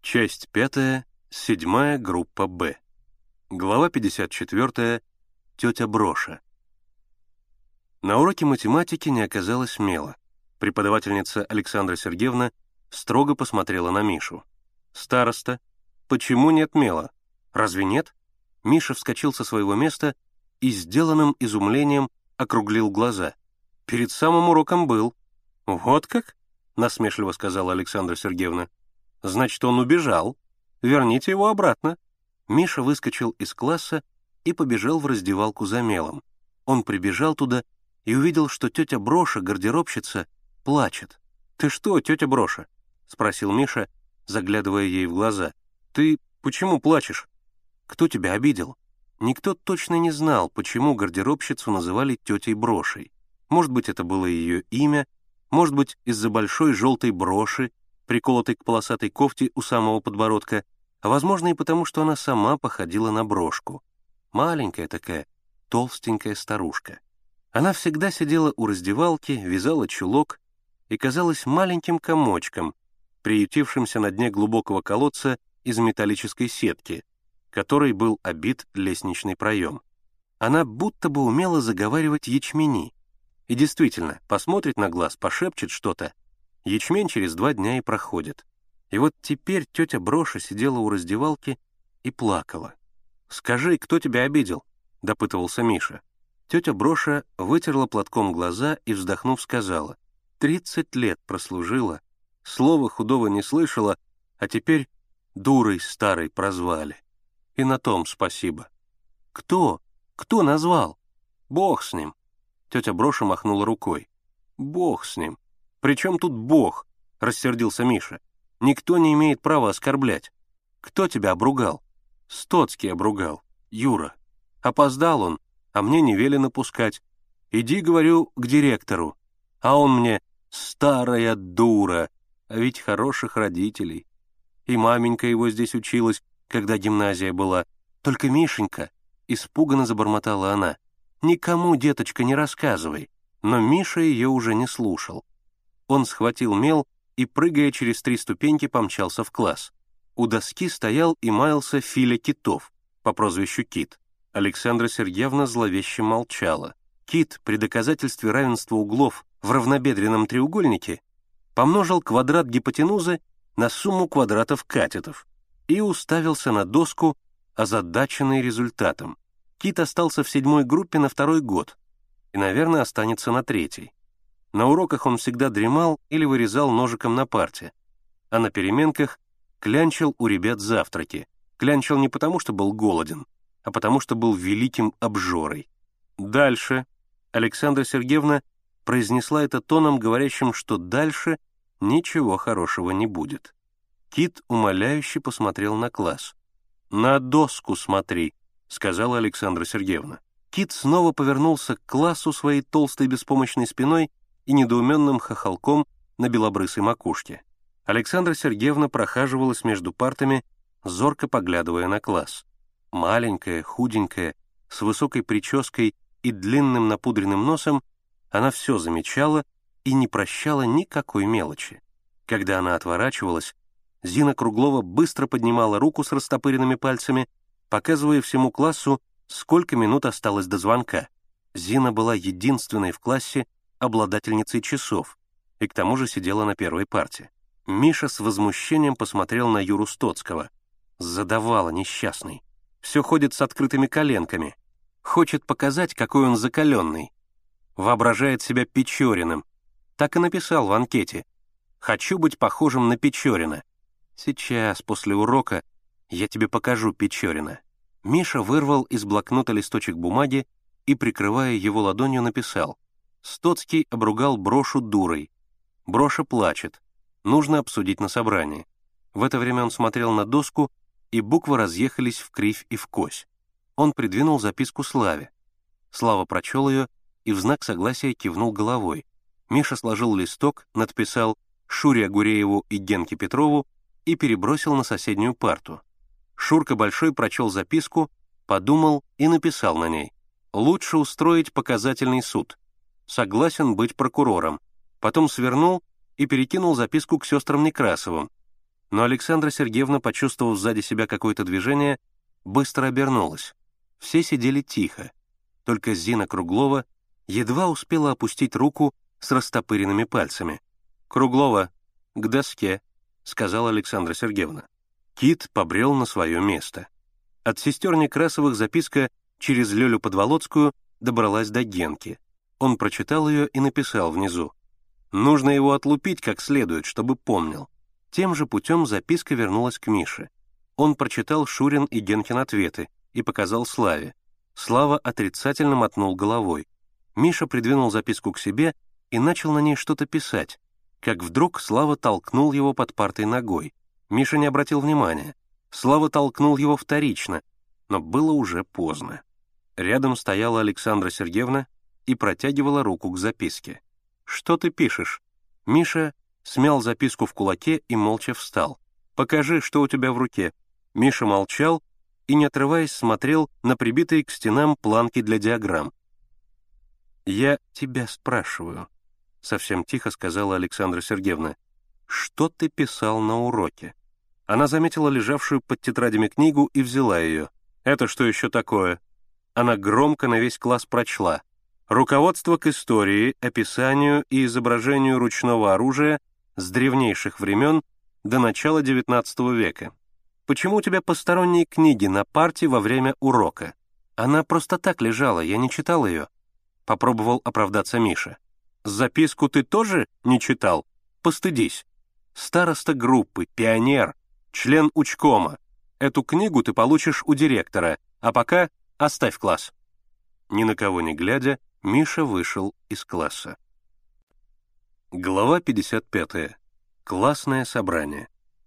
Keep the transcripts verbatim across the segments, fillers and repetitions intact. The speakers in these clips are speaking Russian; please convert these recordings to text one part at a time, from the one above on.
Часть пятая, седьмая группа Б. Глава пятьдесят четвёртая. Тетя Броша. На уроке математики не оказалось мела. Преподавательница Александра Сергеевна строго посмотрела на Мишу. «Староста, почему нет мела? Разве нет?» Миша вскочил со своего места и сделанным изумлением округлил глаза. «Перед самым уроком был». «Вот как?» — насмешливо сказала Александра Сергеевна. «Значит, он убежал. Верните его обратно». Миша выскочил из класса и побежал в раздевалку за мелом. Он прибежал туда и увидел, что тетя Броша, гардеробщица, плачет. «Ты что, тетя Броша?» — спросил Миша, заглядывая ей в глаза. «Ты почему плачешь? Кто тебя обидел?» Никто точно не знал, почему гардеробщицу называли тетей Брошей. Может быть, это было ее имя, может быть, из-за большой желтой броши, приколотой к полосатой кофте у самого подбородка, а возможно и потому, что она сама походила на брошку. Маленькая такая, толстенькая старушка. Она всегда сидела у раздевалки, вязала чулок и казалась маленьким комочком, приютившимся на дне глубокого колодца из металлической сетки, которой был обит лестничный проем. Она будто бы умела заговаривать ячмени. И действительно, посмотрит на глаз, пошепчет что-то, ячмень через два дня и проходит. И вот теперь тетя Броша сидела у раздевалки и плакала. «Скажи, кто тебя обидел?» — допытывался Миша. Тетя Броша вытерла платком глаза и, вздохнув, сказала: «Тридцать лет прослужила, слова худого не слышала, а теперь дурой старой прозвали. И на том спасибо». «Кто? Кто назвал?» «Бог с ним». Тетя Броша махнула рукой. «Бог с ним. Причем тут Бог?» — рассердился Миша. «Никто не имеет права оскорблять. Кто тебя обругал?» «Стоцкий обругал. Юра. Опоздал он, а мне не велено пускать. Иди, говорю, к директору. А он мне: старая дура. А ведь хороших родителей. И маменька его здесь училась, когда гимназия была. Только Мишенька», — испуганно забормотала она, «никому, деточка, не рассказывай». Но Миша ее уже не слушал. Он схватил мел и, прыгая через три ступеньки, помчался в класс. У доски стоял и маялся Филя Китов по прозвищу Кит. Александра Сергеевна зловеще молчала. Кит при доказательстве равенства углов в равнобедренном треугольнике помножил квадрат гипотенузы на сумму квадратов катетов и уставился на доску, озадаченный результатом. Кит остался в седьмой группе на второй год и, наверное, останется на третий. На уроках он всегда дремал или вырезал ножиком на парте, а на переменках клянчил у ребят завтраки. Клянчил не потому, что был голоден, а потому, что был великим обжорой. «Дальше». Александра Сергеевна произнесла это тоном, говорящим, что дальше ничего хорошего не будет. Кит умоляюще посмотрел на класс. «На доску смотри», — сказала Александра Сергеевна. Кит снова повернулся к классу своей толстой беспомощной спиной и недоуменным хохолком на белобрысой макушке. Александра Сергеевна прохаживалась между партами, зорко поглядывая на класс. Маленькая, худенькая, с высокой прической и длинным напудренным носом, она все замечала и не прощала никакой мелочи. Когда она отворачивалась, Зина Круглова быстро поднимала руку с растопыренными пальцами, показывая всему классу, сколько минут осталось до звонка. Зина была единственной в классе обладательницей часов и к тому же сидела на первой парте. Миша с возмущением посмотрел на Юру Стоцкого. Задавала несчастный. Все ходит с открытыми коленками. Хочет показать, какой он закаленный. Воображает себя Печориным. Так и написал в анкете. «Хочу быть похожим на Печорина». Сейчас, после урока, я тебе покажу Печорина. Миша вырвал из блокнота листочек бумаги и, прикрывая его ладонью, написал: «Стоцкий обругал Брошу дурой. Броша плачет. Нужно обсудить на собрании». В это время он смотрел на доску, и буквы разъехались в кривь и в кось. Он придвинул записку Славе. Слава прочел ее и в знак согласия кивнул головой. Миша сложил листок, надписал Шуре Агурееву и Генке Петрову и перебросил на соседнюю парту. Шурка Большой прочел записку, подумал и написал на ней: «Лучше устроить показательный суд. Согласен быть прокурором». Потом свернул и перекинул записку к сестрам Некрасовым. Но Александра Сергеевна, почувствовав сзади себя какое-то движение, быстро обернулась. Все сидели тихо. Только Зина Круглова едва успела опустить руку с растопыренными пальцами. «Круглова, к доске», — сказала Александра Сергеевна. Кит побрел на свое место. От сестер Некрасовых записка через Лёлю Подволоцкую добралась до Генки. Он прочитал ее и написал внизу: «Нужно его отлупить как следует, чтобы помнил». Тем же путем записка вернулась к Мише. Он прочитал Шурин и Генкин ответы и показал Славе. Слава отрицательно мотнул головой. Миша придвинул записку к себе и начал на ней что-то писать, как вдруг Слава толкнул его под партой ногой. Миша не обратил внимания. Слава толкнул его вторично, но было уже поздно. Рядом стояла Александра Сергеевна и протягивала руку к записке. «Что ты пишешь?» Миша смял записку в кулаке и молча встал. «Покажи, что у тебя в руке». Миша молчал и, не отрываясь, смотрел на прибитые к стенам планки для диаграмм. «Я тебя спрашиваю», — совсем тихо сказала Александра Сергеевна. «Что ты писал на уроке?» Она заметила лежавшую под тетрадями книгу и взяла ее. «Это что еще такое?» Она громко на весь класс прочла. «Руководство к истории, описанию и изображению ручного оружия с древнейших времен до начала девятнадцатого века. Почему у тебя посторонние книги на парте во время урока?» «Она просто так лежала, я не читал ее», — попробовал оправдаться Миша. «Записку ты тоже не читал? Постыдись. Староста группы, пионер, член учкома. Эту книгу ты получишь у директора, а пока оставь класс». Ни на кого не глядя, Миша вышел из класса. Глава пятьдесят пятая. Классное собрание.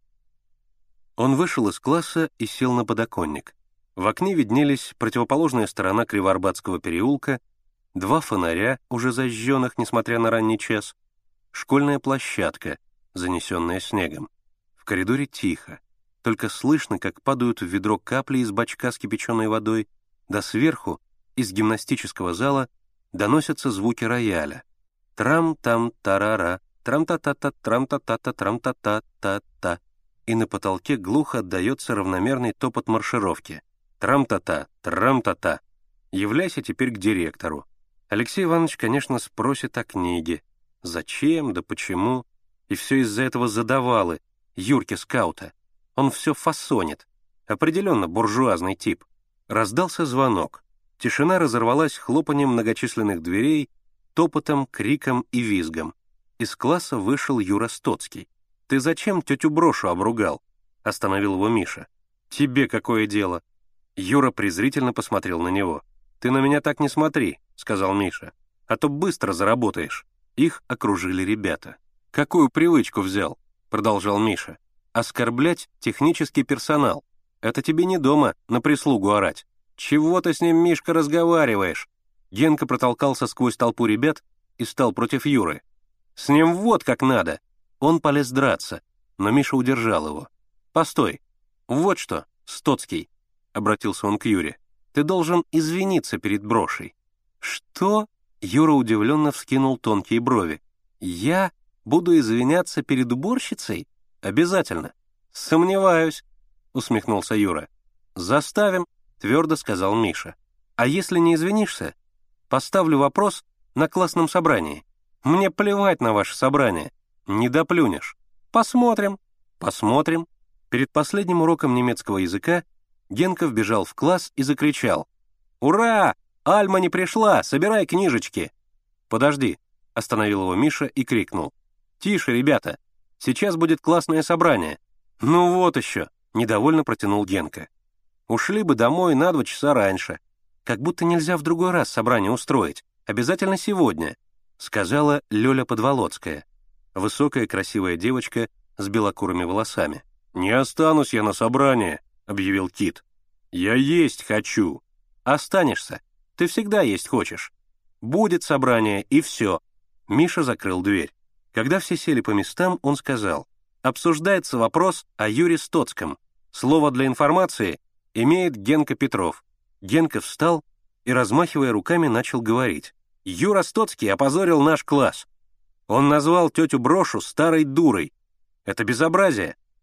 Он вышел из класса и сел на подоконник. В окне виднелись противоположная сторона Кривоарбатского переулка, два фонаря, уже зажженных, несмотря на ранний час, школьная площадка, занесенная снегом. В коридоре тихо, только слышно, как падают в ведро капли из бачка с кипяченой водой, да сверху, из гимнастического зала, доносятся звуки рояля. Трам-там-тарара, трам-та-та-та, трам-та-та-та, трам-та-та-та-та. И на потолке глухо отдается равномерный топот маршировки. Трам-та-та, трам-та-та. Являйся теперь к директору. Алексей Иванович, конечно, спросит о книге. Зачем, да почему? И все из-за этого задавалы, Юрки-скаута. Он все фасонит. Определенно буржуазный тип. Раздался звонок. Тишина разорвалась хлопанием многочисленных дверей, топотом, криком и визгом. Из класса вышел Юра Стоцкий. «Ты зачем тетю Брошу обругал?» — остановил его Миша. «Тебе какое дело?» Юра презрительно посмотрел на него. «Ты на меня так не смотри», — сказал Миша, «а то быстро заработаешь». Их окружили ребята. «Какую привычку взял?» — продолжал Миша. «Оскорблять технический персонал. Это тебе не дома на прислугу орать. Чего ты с ним, Мишка, разговариваешь?» Генка протолкался сквозь толпу ребят и стал против Юры. «С ним вот как надо!» Он полез драться, но Миша удержал его. «Постой! Вот что, Стоцкий!» — обратился он к Юре. «Ты должен извиниться перед Брошей». «Что?» — Юра удивленно вскинул тонкие брови. «Я буду извиняться перед уборщицей? Обязательно». «Сомневаюсь», — усмехнулся Юра. «Заставим», — твердо сказал Миша. «А если не извинишься, поставлю вопрос на классном собрании. Мне плевать на ваше собрание. Не доплюнешь. Посмотрим, посмотрим». Перед последним уроком немецкого языка Генка вбежал в класс и закричал: «Ура! Альма не пришла! Собирай книжечки!» «Подожди», — остановил его Миша и крикнул: «Тише, ребята! Сейчас будет классное собрание». «Ну вот еще», — недовольно протянул Генка. «Ушли бы домой на два часа раньше. Как будто нельзя в другой раз собрание устроить. Обязательно сегодня», — сказала Лёля Подволоцкая, высокая красивая девочка с белокурыми волосами. «Не останусь я на собрании», — объявил Кит. «Я есть хочу». «Останешься. Ты всегда есть хочешь. Будет собрание, и все». Миша закрыл дверь. Когда все сели по местам, он сказал: «Обсуждается вопрос о Юре Стоцком. Слово для информации имеет Генка Петров». Генка встал и, размахивая руками, начал говорить. «Юра Стоцкий опозорил наш класс. Он назвал тетю Брошу старой дурой. Это безобразие.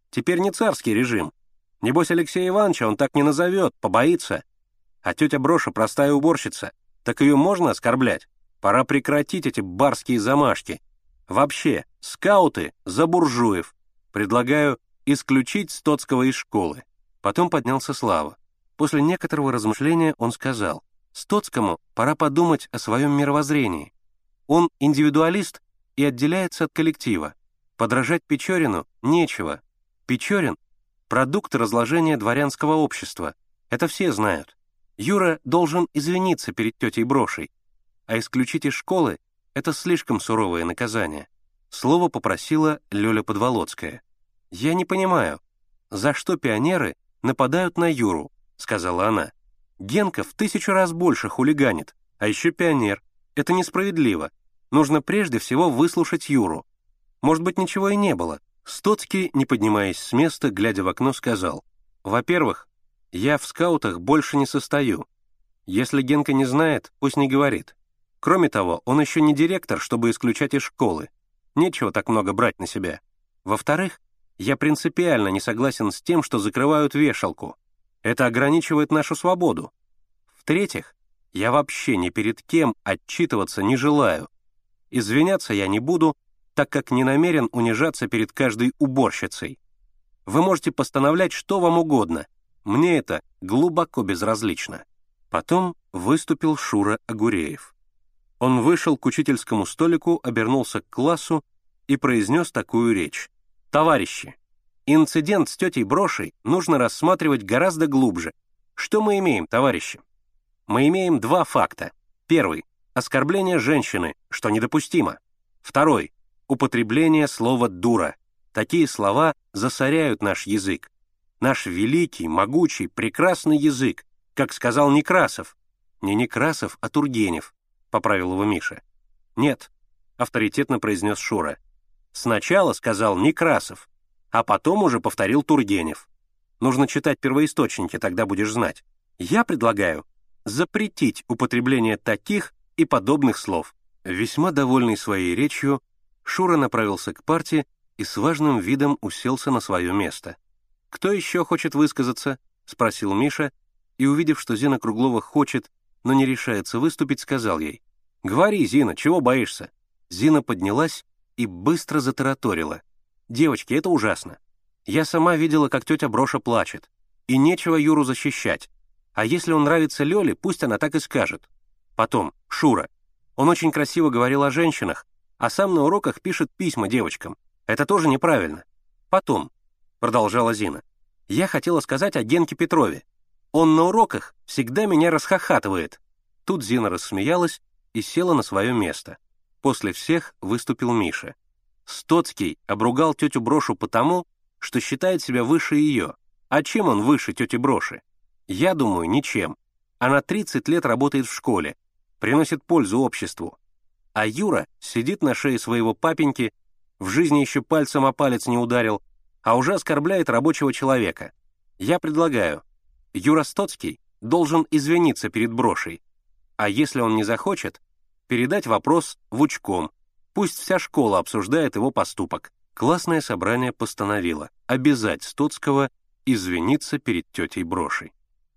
Теперь не царский режим. Небось, Алексея Ивановича он так не назовет, побоится. А тетя Броша простая уборщица. Так ее можно оскорблять? Пора прекратить эти барские замашки. Вообще, скауты за буржуев. Предлагаю исключить Стоцкого из школы». Потом поднялся Слава. После некоторого размышления он сказал: «Стоцкому пора подумать о своем мировоззрении. Он индивидуалист и отделяется от коллектива. Подражать Печорину нечего. Печорин — продукт разложения дворянского общества. Это все знают. Юра должен извиниться перед тетей Брошей. А исключить из школы — это слишком суровое наказание». Слово попросила Лёля Подволоцкая. «Я не понимаю, за что пионеры нападают на Юру», — сказала она. «Генка в тысячу раз больше хулиганит, а еще пионер. Это несправедливо. Нужно прежде всего выслушать Юру». Может быть, ничего и не было. Стоцкий, не поднимаясь с места, глядя в окно, сказал: «Во-первых, я в скаутах больше не состою. Если Генка не знает, пусть не говорит. Кроме того, он еще не директор, чтобы исключать из школы. Нечего так много брать на себя. Во-вторых, я принципиально не согласен с тем, что закрывают вешалку. Это ограничивает нашу свободу. В-третьих, я вообще ни перед кем отчитываться не желаю. Извиняться я не буду, так как не намерен унижаться перед каждой уборщицей. Вы можете постановлять что вам угодно. Мне это глубоко безразлично». Потом выступил Шура Огуреев. Он вышел к учительскому столику, обернулся к классу и произнес такую речь: «Товарищи, инцидент с тетей Брошей нужно рассматривать гораздо глубже. Что мы имеем, товарищи? Мы имеем два факта. Первый — оскорбление женщины, что недопустимо. Второй — употребление слова «дура». Такие слова засоряют наш язык. Наш великий, могучий, прекрасный язык, как сказал Некрасов. Не Некрасов, а Тургенев, — поправил его Миша. «Нет», — авторитетно произнес Шура. «Сначала сказал Некрасов, а потом уже повторил Тургенев. Нужно читать первоисточники, тогда будешь знать. Я предлагаю запретить употребление таких и подобных слов». Весьма довольный своей речью, Шура направился к парте и с важным видом уселся на свое место. «Кто еще хочет высказаться?» — спросил Миша, и, увидев, что Зина Круглова хочет, но не решается выступить, сказал ей: «Говори, Зина, чего боишься?» Зина поднялась и быстро затараторила: «Девочки, это ужасно. Я сама видела, как тетя Броша плачет. И нечего Юру защищать. А если он нравится Лёле, пусть она так и скажет. Потом, Шура. Он очень красиво говорил о женщинах, а сам на уроках пишет письма девочкам. Это тоже неправильно. Потом, — продолжала Зина, — я хотела сказать о Генке Петрове. Он на уроках всегда меня расхохатывает». Тут Зина рассмеялась и села на свое место. После всех выступил Миша. Стоцкий обругал тетю Брошу потому, что считает себя выше ее. А чем он выше тети Броши? Я думаю, ничем. Она тридцать лет работает в школе, приносит пользу обществу. А Юра сидит на шее своего папеньки, в жизни еще пальцем о палец не ударил, а уже оскорбляет рабочего человека. Я предлагаю, Юра Стоцкий должен извиниться перед Брошей, а если он не захочет, передать вопрос в учком. Пусть вся школа обсуждает его поступок. Классное собрание постановило обязать Стоцкого извиниться перед тетей Брошей.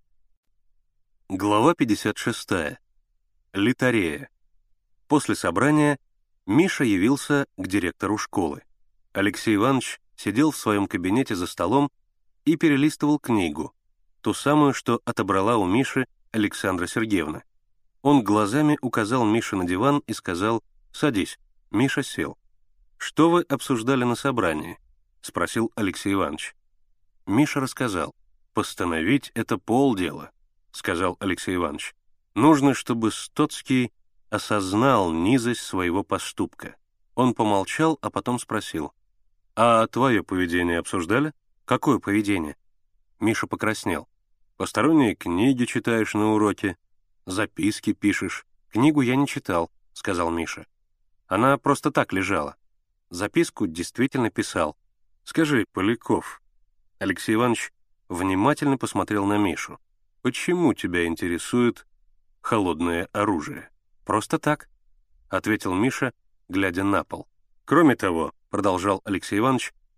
Глава пятьдесят шестая. Литарея. После собрания Миша явился к директору школы. Алексей Иванович сидел в своем кабинете за столом и перелистывал книгу, ту самую, что отобрала у Миши Александра Сергеевна. Он глазами указал Мише на диван и сказал: «Садись». Миша сел. «Что вы обсуждали на собрании?» — спросил Алексей Иванович. Миша рассказал. «Постановить — это полдела», — сказал Алексей Иванович. «Нужно, чтобы Стоцкий осознал низость своего поступка». Он помолчал, а потом спросил: «А твое поведение обсуждали?» «Какое поведение?» Миша покраснел. «Посторонние книги читаешь на уроке, записки пишешь». «Книгу я не читал», — сказал Миша. «Она просто так лежала. Записку действительно писал. Скажи, Поляков». Алексей Иванович внимательно посмотрел на Мишу. «Почему тебя интересует холодное оружие?» «Просто так», — ответил Миша, глядя на пол. «Кроме того», — продолжал Алексей Иванович,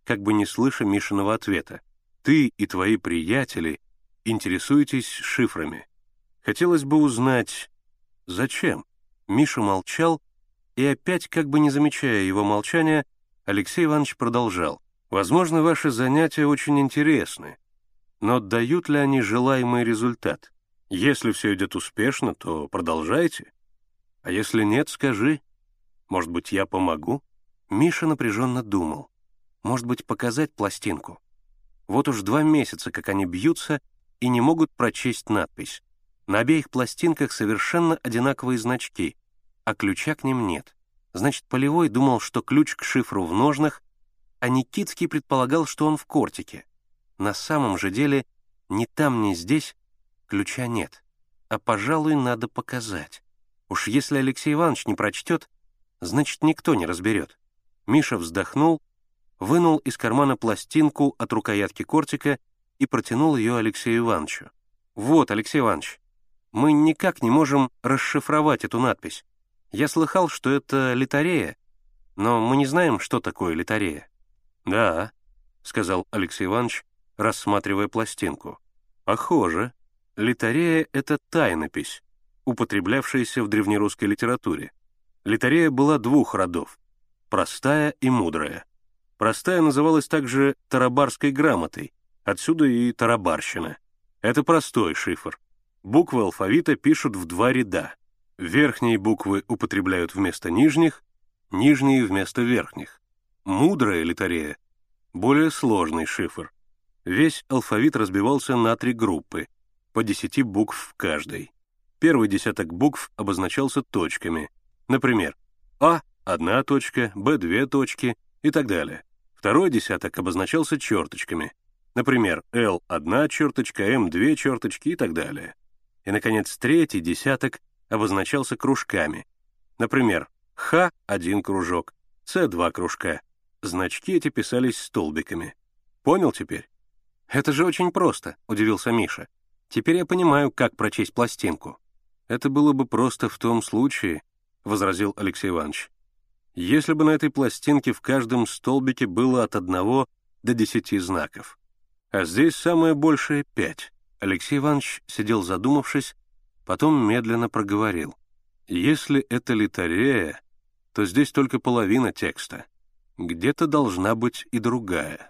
как бы не слыша Мишиного ответа. «Ты и твои приятели интересуетесь шифрами. Хотелось бы узнать, зачем?» Миша молчал, и опять, как бы не замечая его молчания, Алексей Иванович продолжал. «Возможно, ваши занятия очень интересны, но дают ли они желаемый результат? Если все идет успешно, то продолжайте. А если нет, скажи. Может быть, я помогу?» Миша напряженно думал. Может быть, показать пластинку? Вот уж два месяца, как они бьются, и не могут прочесть надпись. На обеих пластинках совершенно одинаковые значки, а ключа к ним нет. Значит, Полевой думал, что ключ к шифру в ножнах, а Никитский предполагал, что он в кортике. На самом же деле ни там, ни здесь ключа нет. А, пожалуй, надо показать. Уж если Алексей Иванович не прочтет, значит, никто не разберет. Миша вздохнул, вынул из кармана пластинку от рукоятки кортика и протянул ее Алексею Ивановичу. «Вот, Алексей Иванович, мы никак не можем расшифровать эту надпись. Я слыхал, что это литарея, но мы не знаем, что такое литарея». «Да», — сказал Алексей Иванович, рассматривая пластинку. «Похоже. Литарея — это тайнопись, употреблявшаяся в древнерусской литературе. Литарея была двух родов — простая и мудрая. Простая называлась также тарабарской грамотой, отсюда и тарабарщина. Это простой шифр. Буквы алфавита пишут в два ряда. Верхние буквы употребляют вместо нижних, нижние вместо верхних. Мудрая литарея — более сложный шифр. Весь алфавит разбивался на три группы, по десяти букв в каждой. Первый десяток букв обозначался точками. Например, А — одна точка, Б — две точки и так далее. Второй десяток обозначался черточками. Например, Л — одна черточка, М — две черточки и так далее. И, наконец, третий десяток обозначался кружками. Например, Х — один кружок, С — два кружка. Значки эти писались столбиками. Понял теперь? «Это же очень просто», — удивился Миша. «Теперь я понимаю, как прочесть пластинку». «Это было бы просто в том случае», — возразил Алексей Иванович, «если бы на этой пластинке в каждом столбике было от одного до десяти знаков. А здесь самое большее — пять». Алексей Иванович сидел задумавшись, потом медленно проговорил. «Если это литарея, то здесь только половина текста. Где-то должна быть и другая».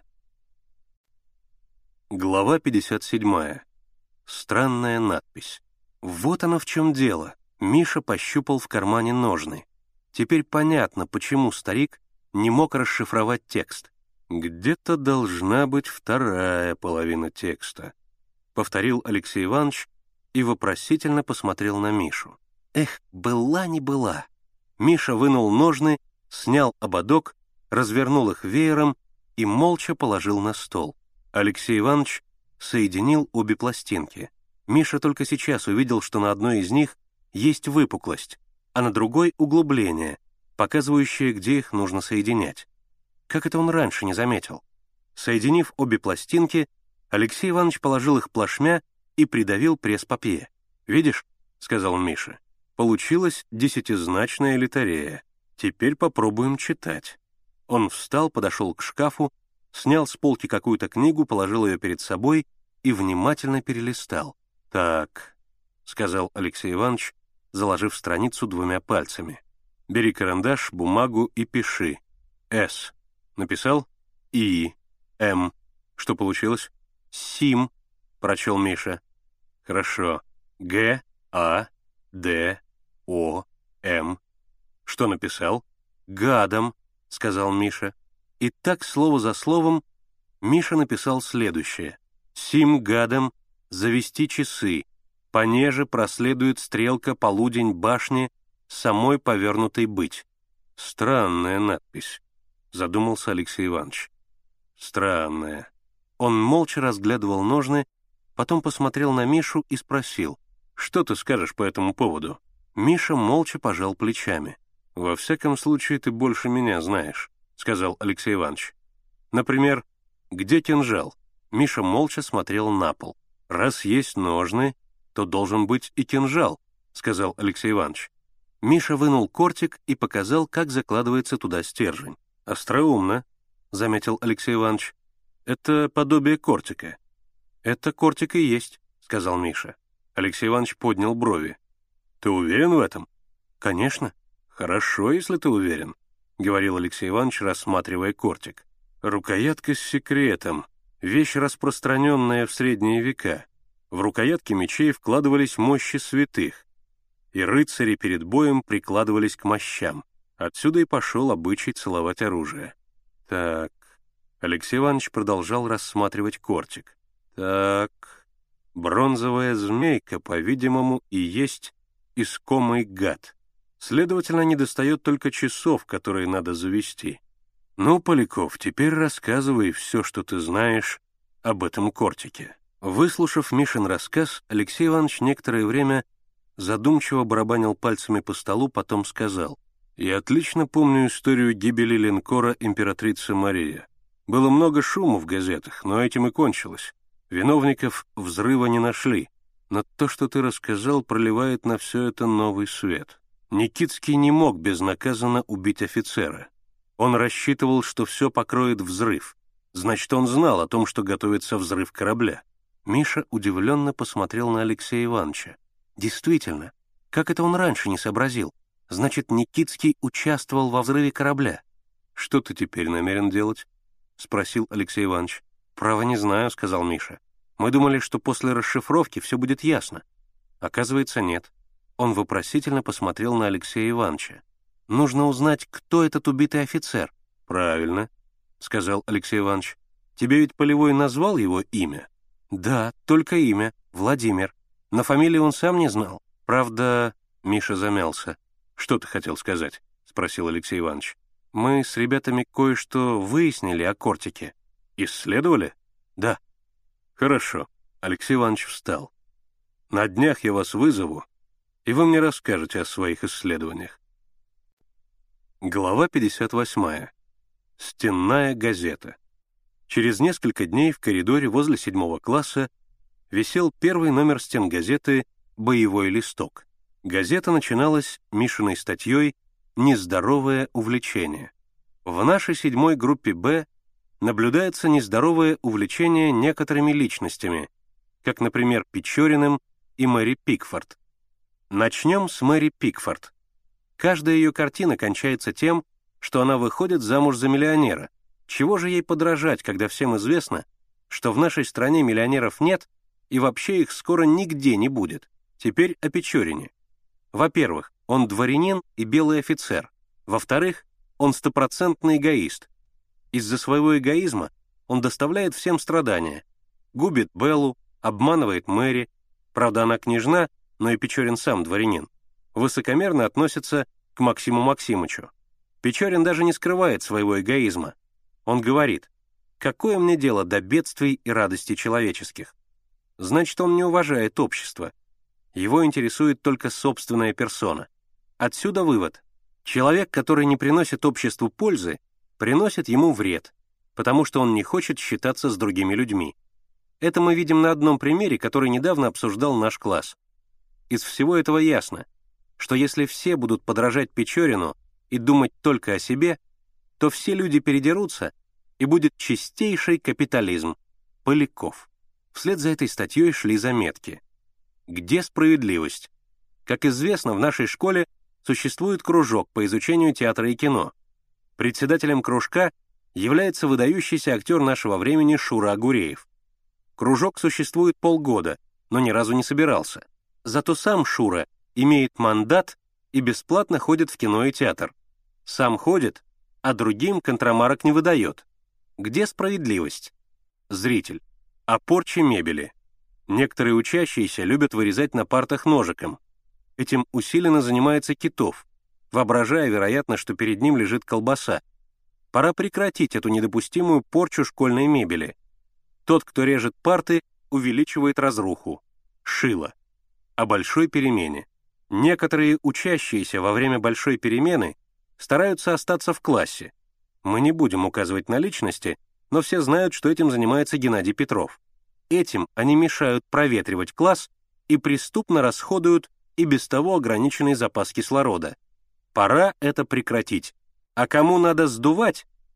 Глава пятьдесят седьмая. Странная надпись. Вот оно в чем дело. Миша пощупал в кармане ножны. Теперь понятно, почему старик не мог расшифровать текст. «Где-то должна быть вторая половина текста», — повторил Алексей Иванович и вопросительно посмотрел на Мишу. Эх, была не была. Миша вынул ножны, снял ободок, развернул их веером и молча положил на стол. Алексей Иванович соединил обе пластинки. Миша только сейчас увидел, что на одной из них есть выпуклость, а на другой — углубление, показывающее, где их нужно соединять. Как это он раньше не заметил? Соединив обе пластинки, Алексей Иванович положил их плашмя и придавил пресс-папье. «Видишь?» — сказал Миша. «Получилась десятизначная литарея. Теперь попробуем читать». Он встал, подошел к шкафу, снял с полки какую-то книгу, положил ее перед собой и внимательно перелистал. «Так», — сказал Алексей Иванович, заложив страницу двумя пальцами. «Бери карандаш, бумагу и пиши. С. Написал? И. М. Что получилось? Сим», — прочел Миша. «Хорошо. Г. А. Д. О. М. Что написал? Гадом», — сказал Миша. И так, слово за словом, Миша написал следующее. «Сим гадом завести часы, понеже проследует стрелка полудень башни, самой повернутой быть». «Странная надпись», — задумался Алексей Иванович. «Странная». Он молча разглядывал ножны, потом посмотрел на Мишу и спросил, «Что ты скажешь по этому поводу?» Миша молча пожал плечами. «Во всяком случае, ты больше меня знаешь», — сказал Алексей Иванович. «Например, где кинжал?» Миша молча смотрел на пол. «Раз есть ножны, то должен быть и кинжал», — сказал Алексей Иванович. Миша вынул кортик и показал, как закладывается туда стержень. «Остроумно», — заметил Алексей Иванович. «Это подобие кортика». «Это кортик и есть», — сказал Миша. Алексей Иванович поднял брови. «Ты уверен в этом?» «Конечно». «Хорошо, если ты уверен», — говорил Алексей Иванович, рассматривая кортик. «Рукоятка с секретом. Вещь, распространенная в средние века. В рукоятки мечей вкладывались мощи святых, и рыцари перед боем прикладывались к мощам. Отсюда и пошел обычай целовать оружие». «Так...» Алексей Иванович продолжал рассматривать кортик. «Так... Бронзовая змейка, по-видимому, и есть искомый гад. Следовательно, недостает только часов, которые надо завести. Ну, Поляков, теперь рассказывай все, что ты знаешь об этом кортике». Выслушав Мишин рассказ, Алексей Иванович некоторое время задумчиво барабанил пальцами по столу, потом сказал: «Я отлично помню историю гибели линкора «Императрица Мария». Было много шума в газетах, но этим и кончилось. Виновников взрыва не нашли, но то, что ты рассказал, проливает на все это новый свет. Никитский не мог безнаказанно убить офицера. Он рассчитывал, что все покроет взрыв. Значит, он знал о том, что готовится взрыв корабля». Миша удивленно посмотрел на Алексея Ивановича. «Действительно, как это он раньше не сообразил? Значит, Никитский участвовал во взрыве корабля». «Что ты теперь намерен делать?» — спросил Алексей Иванович. «Право не знаю», — сказал Миша. «Мы думали, что после расшифровки все будет ясно. Оказывается, нет». Он вопросительно посмотрел на Алексея Ивановича. «Нужно узнать, кто этот убитый офицер». «Правильно», — сказал Алексей Иванович. «Тебе ведь Полевой назвал его имя?» «Да, только имя. Владимир. На фамилию он сам не знал. Правда...» — Миша замялся. «Что ты хотел сказать?» — спросил Алексей Иванович. «Мы с ребятами кое-что выяснили о кортике». «Исследовали?» «Да». «Хорошо». Алексей Иванович встал. «На днях я вас вызову, и вы мне расскажете о своих исследованиях». Глава пятьдесят восьмая. Стенная газета. Через несколько дней в коридоре возле седьмого класса висел первый номер стенгазеты «Боевой листок». Газета начиналась Мишиной статьей «Нездоровое увлечение». В нашей седьмой группе «Б» наблюдается нездоровое увлечение некоторыми личностями, как, например, Печориным и Мэри Пикфорд. Начнем с Мэри Пикфорд. Каждая ее картина кончается тем, что она выходит замуж за миллионера. Чего же ей подражать, когда всем известно, что в нашей стране миллионеров нет и вообще их скоро нигде не будет? Теперь о Печорине. Во-первых, он дворянин и белый офицер. Во-вторых, он стопроцентный эгоист. Из-за своего эгоизма он доставляет всем страдания. Губит Беллу, обманывает Мэри. Правда, она княжна, но и Печорин сам дворянин. Высокомерно относится к Максиму Максимычу. Печорин даже не скрывает своего эгоизма. Он говорит: «Какое мне дело до бедствий и радостей человеческих?» Значит, он не уважает общество. Его интересует только собственная персона. Отсюда вывод. Человек, который не приносит обществу пользы, приносит ему вред, потому что он не хочет считаться с другими людьми. Это мы видим на одном примере, который недавно обсуждал наш класс. Из всего этого ясно, что если все будут подражать Печорину и думать только о себе, то все люди передерутся, и будет чистейший капитализм. Поляков. Вслед за этой статьей шли заметки. Где справедливость? Как известно, в нашей школе существует кружок по изучению театра и кино. Председателем кружка является выдающийся актер нашего времени Шура Агуреев. Кружок существует полгода, но ни разу не собирался. Зато сам Шура имеет мандат и бесплатно ходит в кино и театр. Сам ходит, а другим контрамарок не выдает. Где справедливость? Зритель. О порче мебели. Некоторые учащиеся любят вырезать на партах ножиком. Этим усиленно занимается Китов, воображая, вероятно, что перед ним лежит колбаса. Пора прекратить эту недопустимую порчу школьной мебели. Тот, кто режет парты, увеличивает разруху. Шило. О большой перемене. Некоторые учащиеся во время большой перемены стараются остаться в классе. Мы не будем указывать на личности, но все знают, что этим занимается Геннадий Петров. Этим они мешают проветривать класс и преступно расходуют и без того ограниченный запас кислорода. Пора это прекратить. А кому надо сдувать,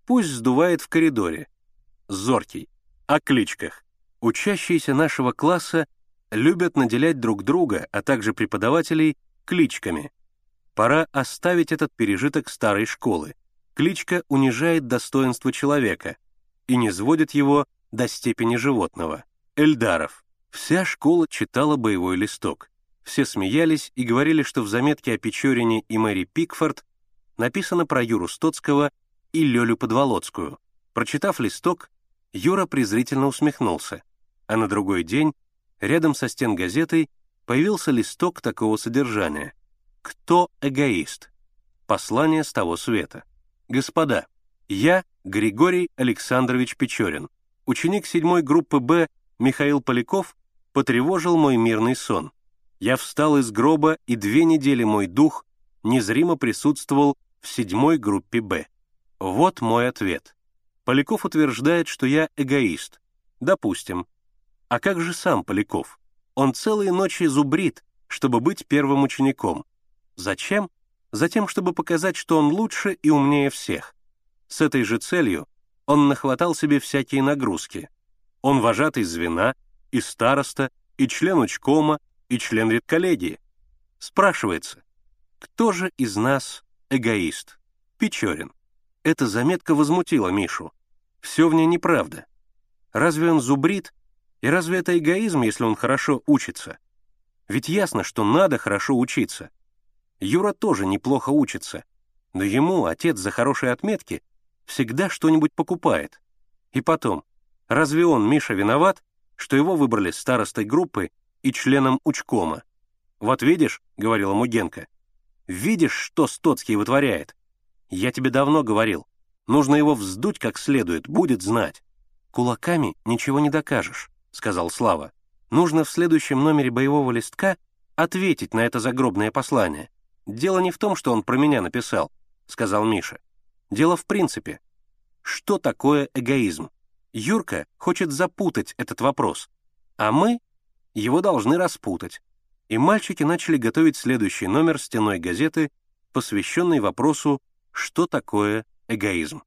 Пусть сдувает в коридоре. Зоркий. О кличках. Учащиеся нашего класса любят наделять друг друга, а также преподавателей, кличками. Пора оставить этот пережиток старой школы. Кличка унижает достоинство человека и низводит его до степени животного. Эльдаров. Вся школа читала «Боевой листок». Все смеялись и говорили, что в заметке о Печорине и Мэри Пикфорд написано про Юру Стоцкого и Лёлю Подволоцкую. Прочитав листок, Юра презрительно усмехнулся, а на другой день рядом со стенгазетой появился листок такого содержания. «Кто эгоист?» Послание с того света. «Господа, я Григорий Александрович Печорин, ученик седьмой группы «Б» Михаил Поляков потревожил мой мирный сон. Я встал из гроба, и две недели мой дух незримо присутствовал в седьмой группе «Б». Вот мой ответ. Поляков утверждает, что я эгоист. Допустим. А как же сам Поляков? Он целые ночи зубрит, чтобы быть первым учеником. Зачем? Затем, чтобы показать, что он лучше и умнее всех. С этой же целью он нахватал себе всякие нагрузки. Он вожатый звена, и староста, и член учкома, и член редколлегии. Спрашивается, кто же из нас эгоист? Печорин. Эта заметка возмутила Мишу. Все в ней неправда. Разве он зубрит? И разве это эгоизм, если он хорошо учится? Ведь ясно, что надо хорошо учиться. Юра тоже неплохо учится, но ему отец за хорошие отметки всегда что-нибудь покупает. И потом, разве он, Миша, виноват, что его выбрали старостой группы и членом учкома? «Вот видишь», — говорил ему Генка, — «видишь, что Стоцкий вытворяет? Я тебе давно говорил, нужно его вздуть как следует, будет знать». «Кулаками ничего не докажешь», — сказал Слава. «Нужно в следующем номере «Боевого листка» ответить на это загробное послание. Дело не в том, что он про меня написал», — сказал Миша. «Дело в принципе. Что такое эгоизм? Юрка хочет запутать этот вопрос, а мы его должны распутать». И мальчики начали готовить следующий номер стенной газеты, посвященный вопросу «Что такое эгоизм?».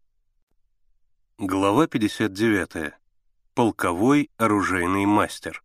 Глава пятьдесят девятая. Полковой оружейный мастер.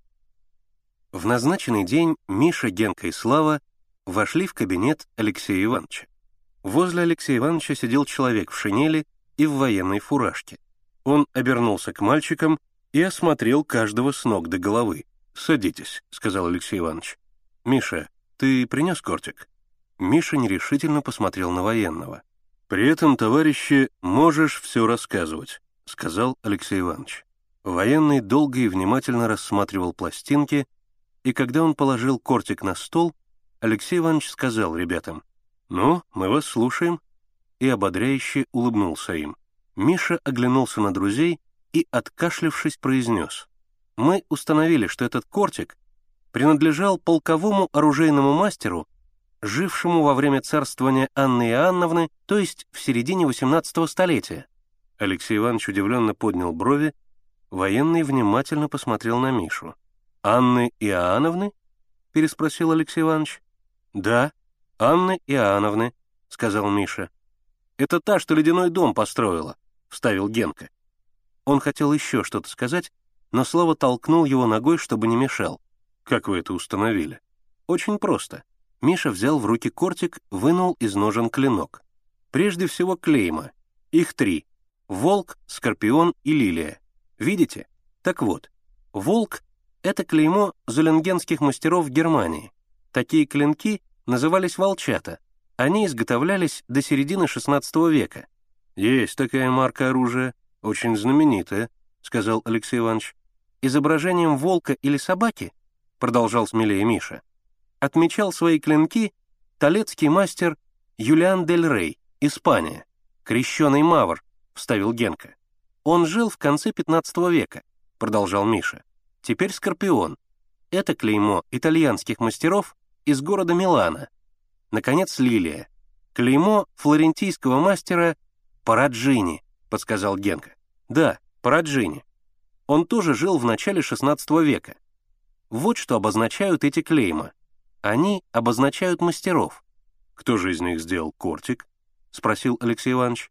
В назначенный день Миша, Генка и Слава вошли в кабинет Алексея Ивановича. Возле Алексея Ивановича сидел человек в шинели и в военной фуражке. Он обернулся к мальчикам и осмотрел каждого с ног до головы. «Садитесь», — сказал Алексей Иванович. «Миша, ты принес кортик?» Миша нерешительно посмотрел на военного. «При этом, товарищи, можешь все рассказывать», — сказал Алексей Иванович. Военный долго и внимательно рассматривал пластинки, и когда он положил кортик на стол, Алексей Иванович сказал ребятам: «Ну, мы вас слушаем», и ободряюще улыбнулся им. Миша оглянулся на друзей и, откашлявшись, произнес: «Мы установили, что этот кортик принадлежал полковому оружейному мастеру, жившему во время царствования Анны Иоанновны, то есть в середине восемнадцатого столетия». Алексей Иванович удивленно поднял брови, военный внимательно посмотрел на Мишу. «Анны Иоанновны?» — переспросил Алексей Иванович. «Да, Анны Иоанновны», — сказал Миша. «Это та, что ледяной дом построила», — вставил Генка. Он хотел еще что-то сказать, но Слава толкнул его ногой, чтобы не мешал. «Как вы это установили?» «Очень просто». Миша взял в руки кортик, вынул из ножен клинок. Прежде всего клейма. Их три. Волк, Скорпион и Лилия. Видите? Так вот, волк — это клеймо золенгенских мастеров в Германии. Такие клинки назывались волчата. Они изготовлялись до середины шестнадцатого века. «Есть такая марка оружия, очень знаменитая», — сказал Алексей Иванович. «Изображением волка или собаки», — продолжал смелее Миша, «отмечал свои клинки толецкий мастер Юлиан дель Рей, Испания. Крещеный мавр», — вставил Генка. «Он жил в конце пятнадцатого века», — продолжал Миша. «Теперь Скорпион. Это клеймо итальянских мастеров из города Милана. Наконец, Лилия. Клеймо флорентийского мастера Параджини», — подсказал Генка. «Да, Параджини. Он тоже жил в начале шестнадцатого века. Вот что обозначают эти клейма. Они обозначают мастеров». «Кто же из них сделал кортик?» — спросил Алексей Иванович.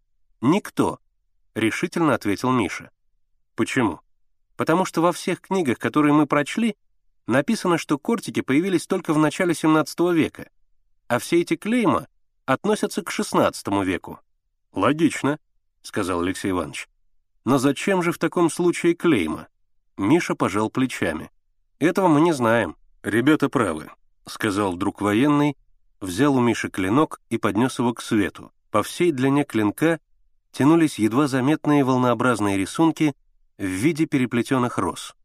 «Никто», — решительно ответил Миша. «Почему?» «Потому что во всех книгах, которые мы прочли, написано, что кортики появились только в начале семнадцатого века, а все эти клейма относятся к шестнадцатому веку». «Логично», — сказал Алексей Иванович. «Но зачем же в таком случае клейма?» Миша пожал плечами. «Этого мы не знаем». «Ребята правы», — сказал вдруг военный, взял у Миши клинок и поднес его к свету. По всей длине клинка тянулись едва заметные волнообразные рисунки в виде переплетенных роз.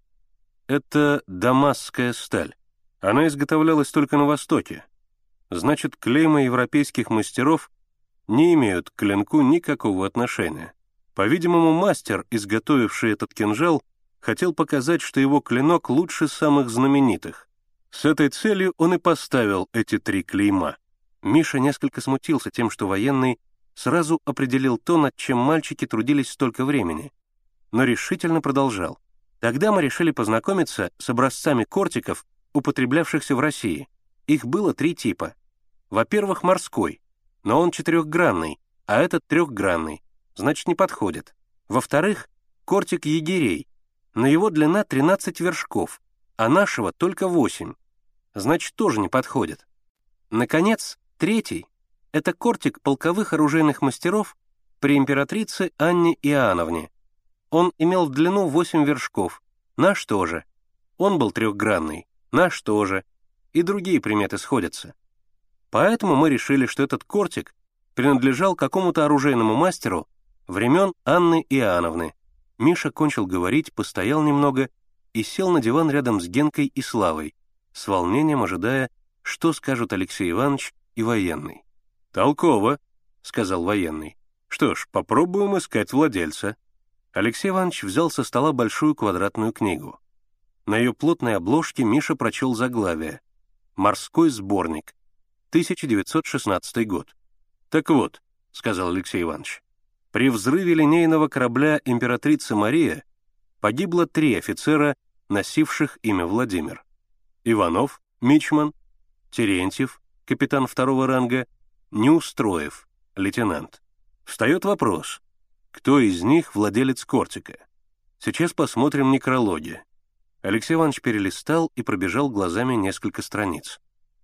Это дамасская сталь. Она изготовлялась только на Востоке. Значит, клейма европейских мастеров не имеют к клинку никакого отношения. По-видимому, мастер, изготовивший этот кинжал, хотел показать, что его клинок лучше самых знаменитых. С этой целью он и поставил эти три клейма. Миша несколько смутился тем, что военный сразу определил то, над чем мальчики трудились столько времени, но решительно продолжал. Тогда мы решили познакомиться с образцами кортиков, употреблявшихся в России. Их было три типа. Во-первых, морской, но он четырехгранный, а этот трехгранный, значит, не подходит. Во-вторых, кортик егерей, но его длина тринадцать вершков, а нашего только восемь, значит, тоже не подходит. Наконец, третий — это кортик полковых оружейных мастеров при императрице Анне Иоанновне. Он имел в длину восемь вершков, наш тоже. Он был трехгранный, наш тоже. И другие приметы сходятся. Поэтому мы решили, что этот кортик принадлежал какому-то оружейному мастеру времен Анны Иоанновны. Миша кончил говорить, постоял немного и сел на диван рядом с Генкой и Славой, с волнением ожидая, что скажут Алексей Иванович и военный. «Толково», — сказал военный. «Что ж, попробуем искать владельца». Алексей Иванович взял со стола большую квадратную книгу. На ее плотной обложке Миша прочел заглавие «Морской сборник», тысяча девятьсот шестнадцатый год. «Так вот», — сказал Алексей Иванович, «при взрыве линейного корабля «Императрица Мария» погибло три офицера, носивших имя Владимир. Иванов, мичман, Терентьев, капитан второго ранга, Неустроев, лейтенант. Встает вопрос, кто из них владелец кортика? Сейчас посмотрим некрологи». Алексей Иванович перелистал и пробежал глазами несколько страниц.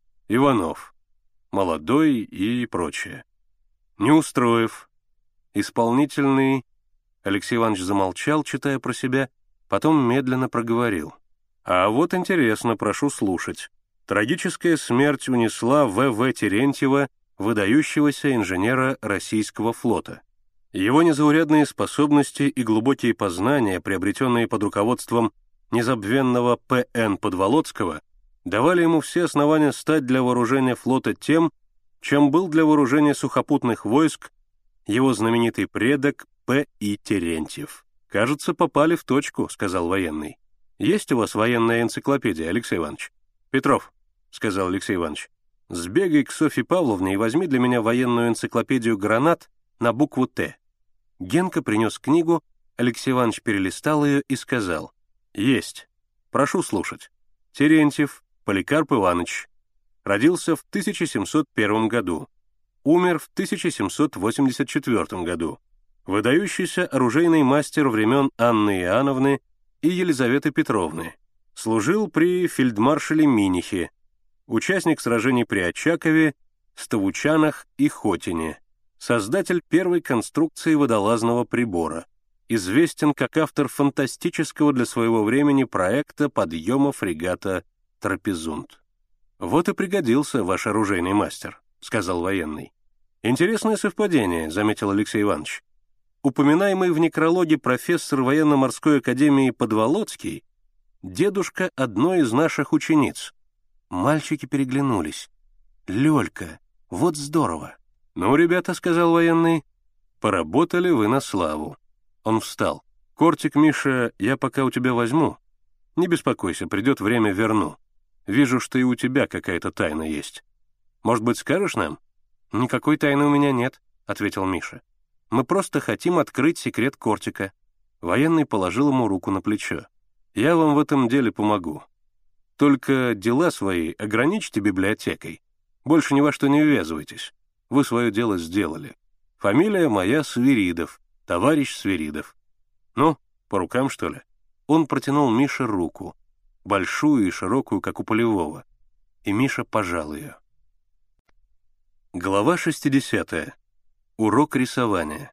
Иванов, молодой и прочее. Неустроев, исполнительный... Алексей Иванович замолчал, читая про себя, потом медленно проговорил. А вот интересно, прошу слушать. Трагическая смерть унесла В В Терентьева, выдающегося инженера российского флота. Его незаурядные способности и глубокие познания, приобретенные под руководством незабвенного П Н Подволоцкого, давали ему все основания стать для вооружения флота тем, чем был для вооружения сухопутных войск его знаменитый предок П И Терентьев. «Кажется, попали в точку», — сказал военный. «Есть у вас военная энциклопедия, Алексей Иванович?» «Петров», — сказал Алексей Иванович, — «сбегай к Софье Павловне и возьми для меня военную энциклопедию «Гранат» на букву «Т». Генка принес книгу, Алексей Иванович перелистал ее и сказал. «Есть. Прошу слушать. Терентьев Поликарп Иванович. Родился в тысяча семьсот первом году. Умер в тысяча семьсот восемьдесят четвёртом году. Выдающийся оружейный мастер времен Анны Иоанновны и Елизаветы Петровны. Служил при фельдмаршале Минихе. Участник сражений при Очакове, Ставучанах и Хотине. Создатель первой конструкции водолазного прибора. Известен как автор фантастического для своего времени проекта подъема фрегата «Трапезунд». «Вот и пригодился ваш оружейный мастер», — сказал военный. «Интересное совпадение», — заметил Алексей Иванович. «Упоминаемый в некрологе профессор военно-морской академии Подволоцкий — дедушка одной из наших учениц». Мальчики переглянулись. «Лёлька, вот здорово!» «Ну, ребята», — сказал военный, — «поработали вы на славу». Он встал. «Кортик, Миша, я пока у тебя возьму. Не беспокойся, придет время, верну. Вижу, что и у тебя какая-то тайна есть. Может быть, скажешь нам?» «Никакой тайны у меня нет», — ответил Миша. «Мы просто хотим открыть секрет кортика». Военный положил ему руку на плечо. «Я вам в этом деле помогу. Только дела свои ограничьте библиотекой. Больше ни во что не ввязывайтесь. Вы свое дело сделали. Фамилия моя Свиридов, товарищ Свиридов. Ну, по рукам, что ли?» Он протянул Мише руку, большую и широкую, как у полевого, и Миша пожал ее. Глава шестидесятая. Урок рисования.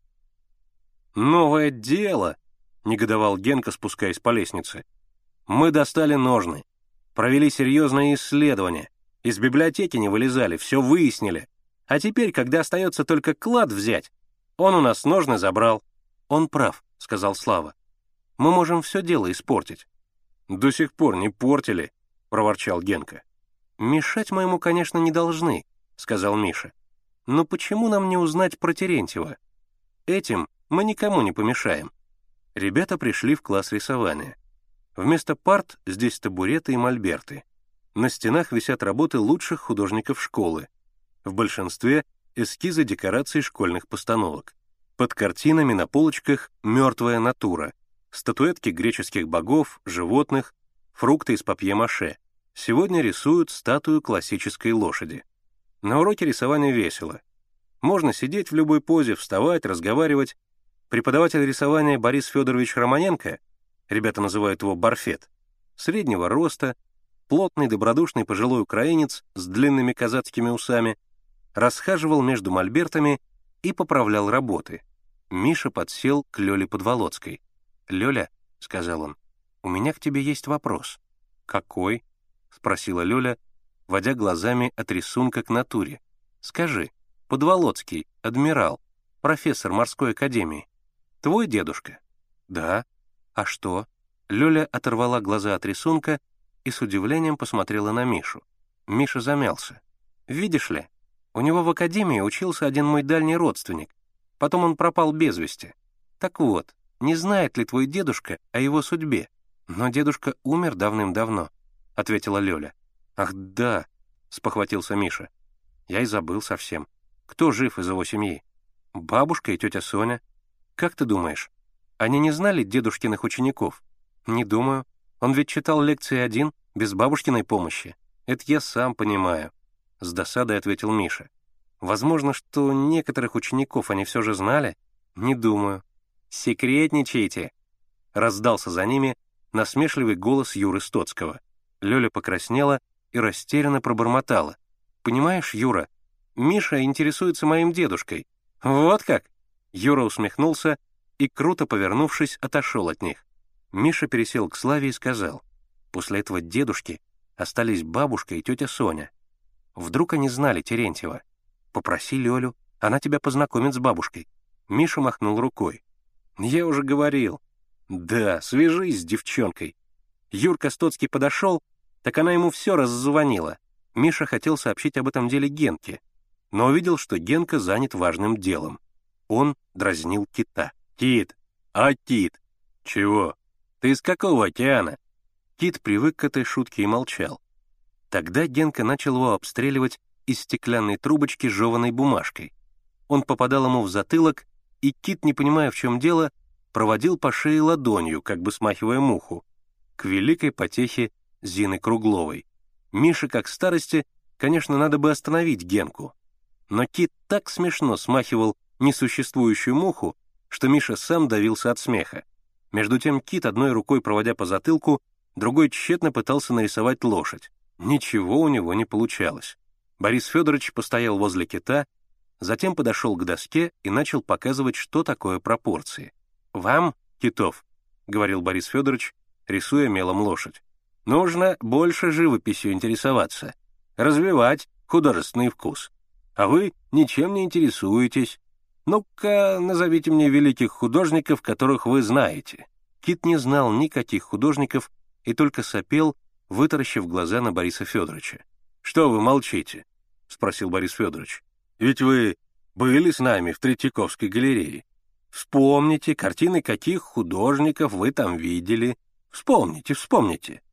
«Новое дело!» — негодовал Генка, спускаясь по лестнице. «Мы достали ножны, провели серьезное исследование, из библиотеки не вылезали, все выяснили. А теперь, когда остается только клад взять, он у нас ножны забрал». «Он прав», — сказал Слава. «Мы можем все дело испортить». «До сих пор не портили», — проворчал Генка. «Мешать мы ему, конечно, не должны», — сказал Миша. «Но почему нам не узнать про Терентьева? Этим мы никому не помешаем». Ребята пришли в класс рисования. Вместо парт здесь табуреты и мольберты. На стенах висят работы лучших художников школы. В большинстве — эскизы декораций школьных постановок. Под картинами на полочках «Мертвая натура», статуэтки греческих богов, животных, фрукты из папье-маше. Сегодня рисуют статую классической лошади. На уроке рисования весело. Можно сидеть в любой позе, вставать, разговаривать. Преподаватель рисования Борис Федорович Романенко, ребята называют его Барфет, среднего роста, плотный, добродушный пожилой украинец с длинными казацкими усами, расхаживал между мольбертами и поправлял работы. Миша подсел к Лёле Подволоцкой. «Лёля», — сказал он, — «у меня к тебе есть вопрос». «Какой?» — спросила Лёля, водя глазами от рисунка к натуре. «Скажи, Подволоцкий, адмирал, профессор морской академии, твой дедушка?» «Да». «А что?» Лёля оторвала глаза от рисунка и с удивлением посмотрела на Мишу. Миша замялся. «Видишь ли, у него в академии учился один мой дальний родственник. Потом он пропал без вести. Так вот, не знает ли твой дедушка о его судьбе?» «Но дедушка умер давным-давно», — ответила Лёля. «Ах, да», — спохватился Миша. «Я и забыл совсем. Кто жив из его семьи?» «Бабушка и тетя Соня. Как ты думаешь, они не знали дедушкиных учеников?» «Не думаю. Он ведь читал лекции один, без бабушкиной помощи. Это я сам понимаю», — с досадой ответил Миша. «Возможно, что некоторых учеников они все же знали? Не думаю». «Секретничайте!» — раздался за ними насмешливый голос Юры Стоцкого. Лёля покраснела и растерянно пробормотала. «Понимаешь, Юра, Миша интересуется моим дедушкой». «Вот как?» Юра усмехнулся и, круто повернувшись, отошел от них. Миша пересел к Славе и сказал: «После этого дедушки остались бабушка и тетя Соня. Вдруг они знали Терентьева? Попроси Лёлю, она тебя познакомит с бабушкой». Миша махнул рукой. «Я уже говорил». «Да, свяжись с девчонкой». Юрка Стоцкий подошел, так она ему все раззвонила. Миша хотел сообщить об этом деле Генке, но увидел, что Генка занят важным делом. Он дразнил Кита. «Кит! А, Кит! Чего? Ты из какого океана?» Кит привык к этой шутке и молчал. Тогда Генка начал его обстреливать из стеклянной трубочки жеваной бумажкой. Он попадал ему в затылок, и Кит, не понимая, в чем дело, проводил по шее ладонью, как бы смахивая муху, к великой потехе Зины Кругловой. Мише, как старости, конечно, надо бы остановить Генку. Но Кит так смешно смахивал несуществующую муху, что Миша сам давился от смеха. Между тем Кит, одной рукой проводя по затылку, другой тщетно пытался нарисовать лошадь. Ничего у него не получалось. Борис Федорович постоял возле Кита, затем подошел к доске и начал показывать, что такое пропорции. «Вам, Китов, — говорил Борис Федорович, рисуя мелом лошадь, — нужно больше живописью интересоваться, развивать художественный вкус. А вы ничем не интересуетесь. Ну-ка, назовите мне великих художников, которых вы знаете». Кит не знал никаких художников и только сопел, вытаращив глаза на Бориса Федоровича. «Что вы молчите?» — спросил Борис Федорович. «Ведь вы были с нами в Третьяковской галерее. Вспомните, картины каких художников вы там видели. Вспомните, вспомните».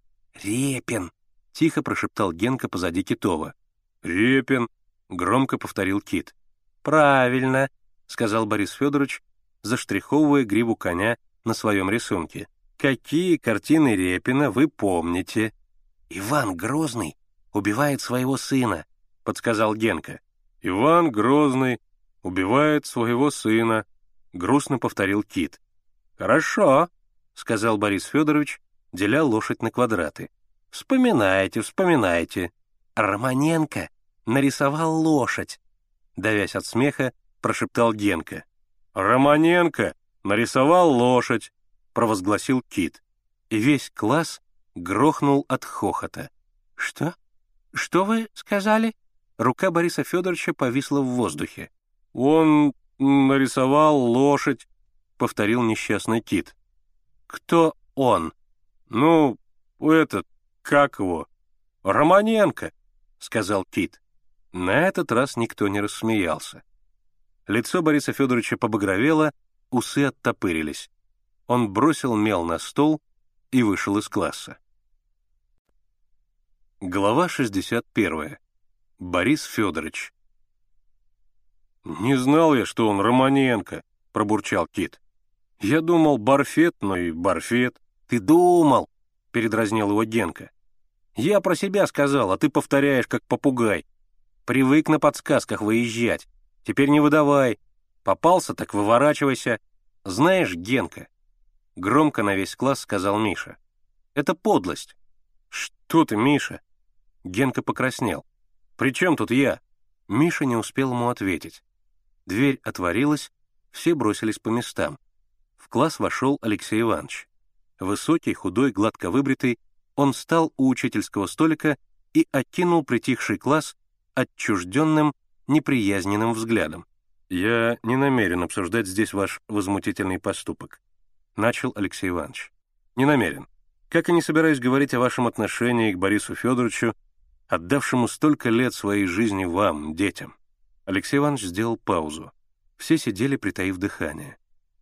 «Репин», — тихо прошептал Генка позади Китова. «Репин», — громко повторил Кит. «Правильно», — сказал Борис Федорович, заштриховывая гриву коня на своем рисунке. «Какие картины Репина вы помните?» «Иван Грозный убивает своего сына», — подсказал Генка. «Иван Грозный», убивает своего сына», — грустно повторил Кит. «Хорошо», — сказал Борис Федорович, деля лошадь на квадраты. «Вспоминайте, вспоминайте. Романенко нарисовал лошадь», — давясь от смеха, прошептал Генка. «Романенко нарисовал лошадь», — провозгласил Кит. И весь класс грохнул от хохота. «Что? Что вы сказали?» Рука Бориса Федоровича повисла в воздухе. «Он нарисовал лошадь», — повторил несчастный Кит. «Кто он?» «Ну, этот, как его?» «Романенко», — сказал Кит. На этот раз никто не рассмеялся. Лицо Бориса Федоровича побагровело, усы оттопырились. Он бросил мел на стол и вышел из класса. Глава шестьдесят первая. Борис Федорович. «Не знал я, что он Романенко», — пробурчал Кит. «Я думал, Барфет, но и Барфет». «Ты думал», — передразнил его Генка. «Я про себя сказал, а ты повторяешь, как попугай. Привык на подсказках выезжать. Теперь не выдавай. Попался, так выворачивайся. Знаешь, Генка», — громко на весь класс сказал Миша, — «это подлость». «Что ты, Миша?» Генка покраснел. «При чем тут я?» Миша не успел ему ответить. Дверь отворилась, все бросились по местам. В класс вошел Алексей Иванович. Высокий, худой, гладко выбритый, он встал у учительского столика и окинул притихший класс отчужденным, неприязненным взглядом. «Я не намерен обсуждать здесь ваш возмутительный поступок», — начал Алексей Иванович. «Не намерен. Как и не собираюсь говорить о вашем отношении к Борису Федоровичу, отдавшему столько лет своей жизни вам, детям». Алексей Иванович сделал паузу. Все сидели, притаив дыхание.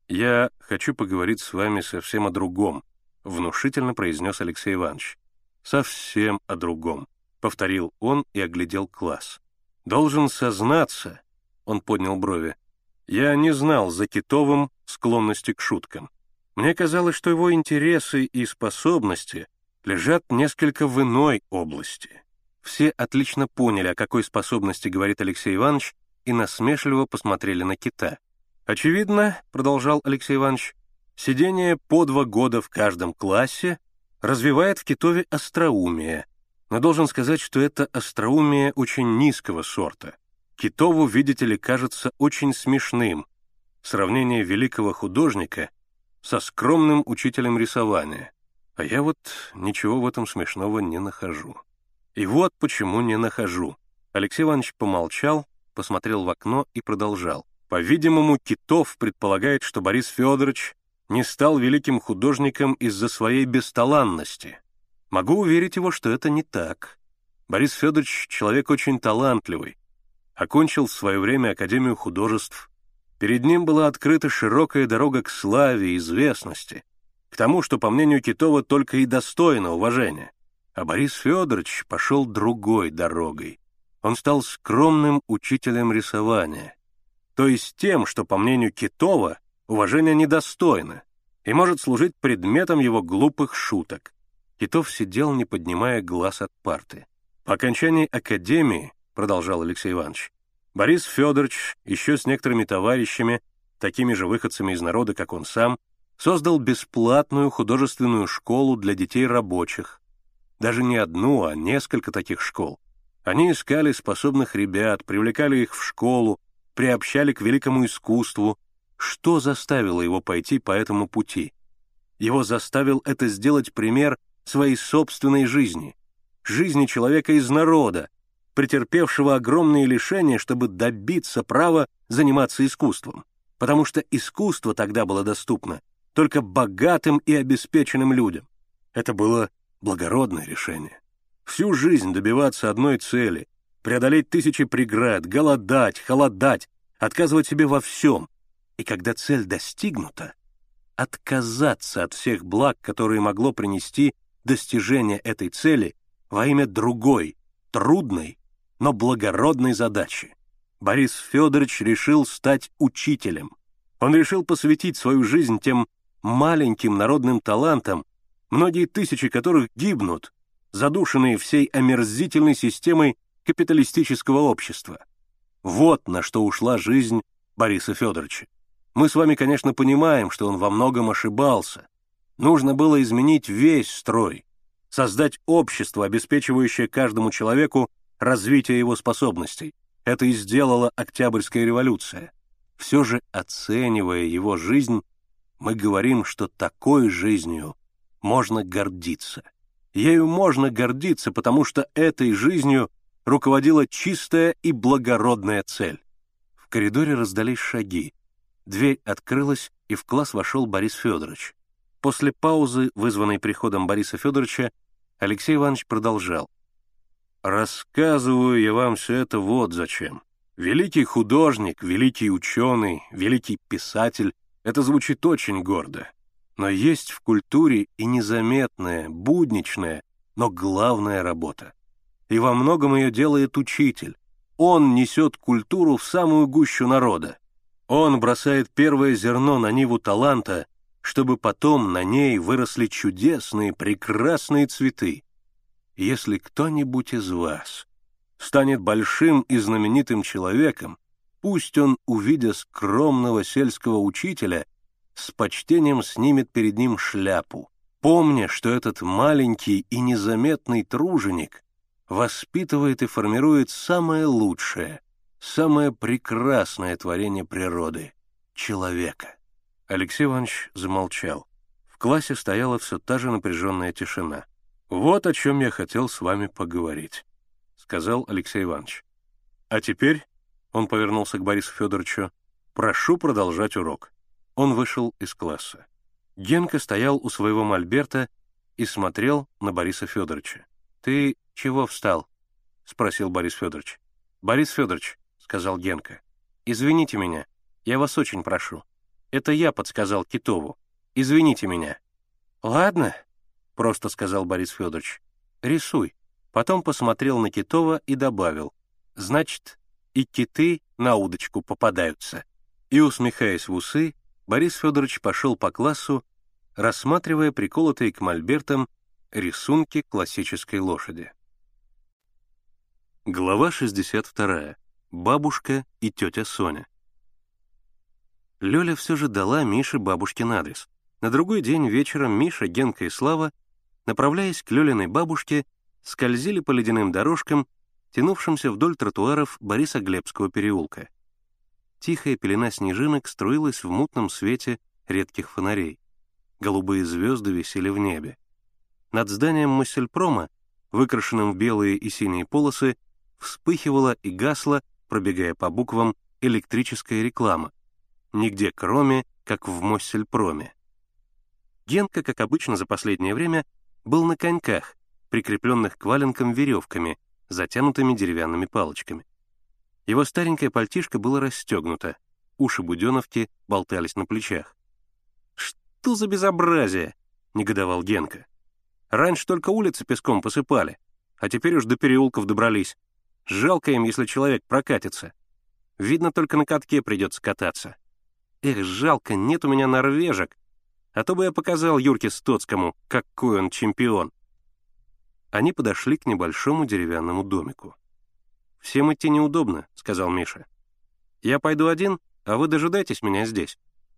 «Я хочу поговорить с вами совсем о другом», — внушительно произнес Алексей Иванович. «Совсем о другом», — повторил он и оглядел класс. «Должен сознаться», — он поднял брови, — «я не знал за Китовым склонности к шуткам. Мне казалось, что его интересы и способности лежат несколько в иной области». Все отлично поняли, о какой способности говорит Алексей Иванович, и насмешливо посмотрели на Кита. «Очевидно, — продолжал Алексей Иванович, — сидение по два года в каждом классе развивает в Китове остроумие, но должен сказать, что это остроумие очень низкого сорта. Китову, видите ли, кажется очень смешным сравнение великого художника со скромным учителем рисования, а я вот ничего в этом смешного не нахожу. И вот почему не нахожу». Алексей Иванович помолчал, посмотрел в окно и продолжал. «По-видимому, Китов предполагает, что Борис Федорович не стал великим художником из-за своей бесталанности. Могу уверить его, что это не так. Борис Федорович — человек очень талантливый, окончил в свое время Академию художеств. Перед ним была открыта широкая дорога к славе и известности, к тому, что, по мнению Китова, только и достойно уважения. А Борис Федорович пошел другой дорогой. Он стал скромным учителем рисования, то есть тем, что, по мнению Китова, уважение недостойно и может служить предметом его глупых шуток». Китов сидел, не поднимая глаз от парты. «По окончании академии, — продолжал Алексей Иванович, — Борис Федорович еще с некоторыми товарищами, такими же выходцами из народа, как он сам, создал бесплатную художественную школу для детей рабочих. Даже не одну, а несколько таких школ. Они искали способных ребят, привлекали их в школу, приобщали к великому искусству. Что заставило его пойти по этому пути? Его заставил это сделать пример своей собственной жизни, жизни человека из народа, претерпевшего огромные лишения, чтобы добиться права заниматься искусством, потому что искусство тогда было доступно только богатым и обеспеченным людям. Это было благородное решение. Всю жизнь добиваться одной цели, преодолеть тысячи преград, голодать, холодать, отказывать себе во всем. И когда цель достигнута, отказаться от всех благ, которые могло принести достижение этой цели во имя другой, трудной, но благородной задачи. Борис Федорович решил стать учителем. Он решил посвятить свою жизнь тем маленьким народным талантам, многие тысячи которых гибнут, задушенные всей омерзительной системой капиталистического общества. Вот на что ушла жизнь Бориса Федоровича. Мы с вами, конечно, понимаем, что он во многом ошибался. Нужно было изменить весь строй, создать общество, обеспечивающее каждому человеку развитие его способностей. Это и сделала Октябрьская революция. Все же, оценивая его жизнь, мы говорим, что такой жизнью можно гордиться. Ею можно гордиться, потому что этой жизнью руководила чистая и благородная цель. В коридоре раздались шаги. Дверь открылась, и в класс вошел Борис Федорович. После паузы, вызванной приходом Бориса Федоровича, Алексей Иванович продолжал. «Рассказываю я вам все это вот зачем. Великий художник, великий ученый, великий писатель — это звучит очень гордо. Но есть в культуре и незаметная, будничная, но главная работа. И во многом ее делает учитель. Он несет культуру в самую гущу народа. Он бросает первое зерно на ниву таланта, чтобы потом на ней выросли чудесные, прекрасные цветы. Если кто-нибудь из вас станет большим и знаменитым человеком, пусть он, увидя скромного сельского учителя, с почтением снимет перед ним шляпу, помня, что этот маленький и незаметный труженик воспитывает и формирует самое лучшее, самое прекрасное творение природы — человека». Алексей Иванович замолчал. В классе стояла все та же напряженная тишина. «Вот о чем я хотел с вами поговорить», — сказал Алексей Иванович. «А теперь», — он повернулся к Борису Федоровичу, — «прошу продолжать урок». Он вышел из класса. Генка стоял у своего мольберта и смотрел на Бориса Федоровича. «Ты чего встал?» — спросил Борис Федорович. «Борис Федорович», — сказал Генка, — «извините меня, я вас очень прошу. Это я подсказал Китову. Извините меня». «Ладно», — просто сказал Борис Федорович, — «рисуй». Потом посмотрел на Китова и добавил: «Значит, и киты на удочку попадаются». И, усмехаясь в усы, Борис Федорович пошел по классу, рассматривая приколотые к мольбертам рисунки классической лошади. Глава шестьдесят вторая. Бабушка и тетя Соня. Лёля все же дала Мише бабушкин адрес. На другой день вечером Миша, Генка и Слава, направляясь к Лёлиной бабушке, скользили по ледяным дорожкам, тянувшимся вдоль тротуаров Борисоглебского переулка. Тихая пелена снежинок струилась в мутном свете редких фонарей. Голубые звезды висели в небе. Над зданием Моссельпрома, выкрашенным в белые и синие полосы, вспыхивала и гасла, пробегая по буквам, электрическая реклама. Нигде кроме, как в Моссельпроме. Генка, как обычно за последнее время, был на коньках, прикрепленных к валенкам веревками, затянутыми деревянными палочками. Его старенькое пальтишко было расстегнуто, уши буденовки болтались на плечах. «Что за безобразие?» — негодовал Генка. «Раньше только улицы песком посыпали, а теперь уж до переулков добрались. Жалко им, если человек прокатится. Видно, только на катке придется кататься. Эх, жалко, нет у меня норвежек, а то бы я показал Юрке Стоцкому, какой он чемпион». Они подошли к небольшому деревянному домику. «Всем идти неудобно», — сказал Миша. «Я пойду один, а вы дожидайтесь меня здесь».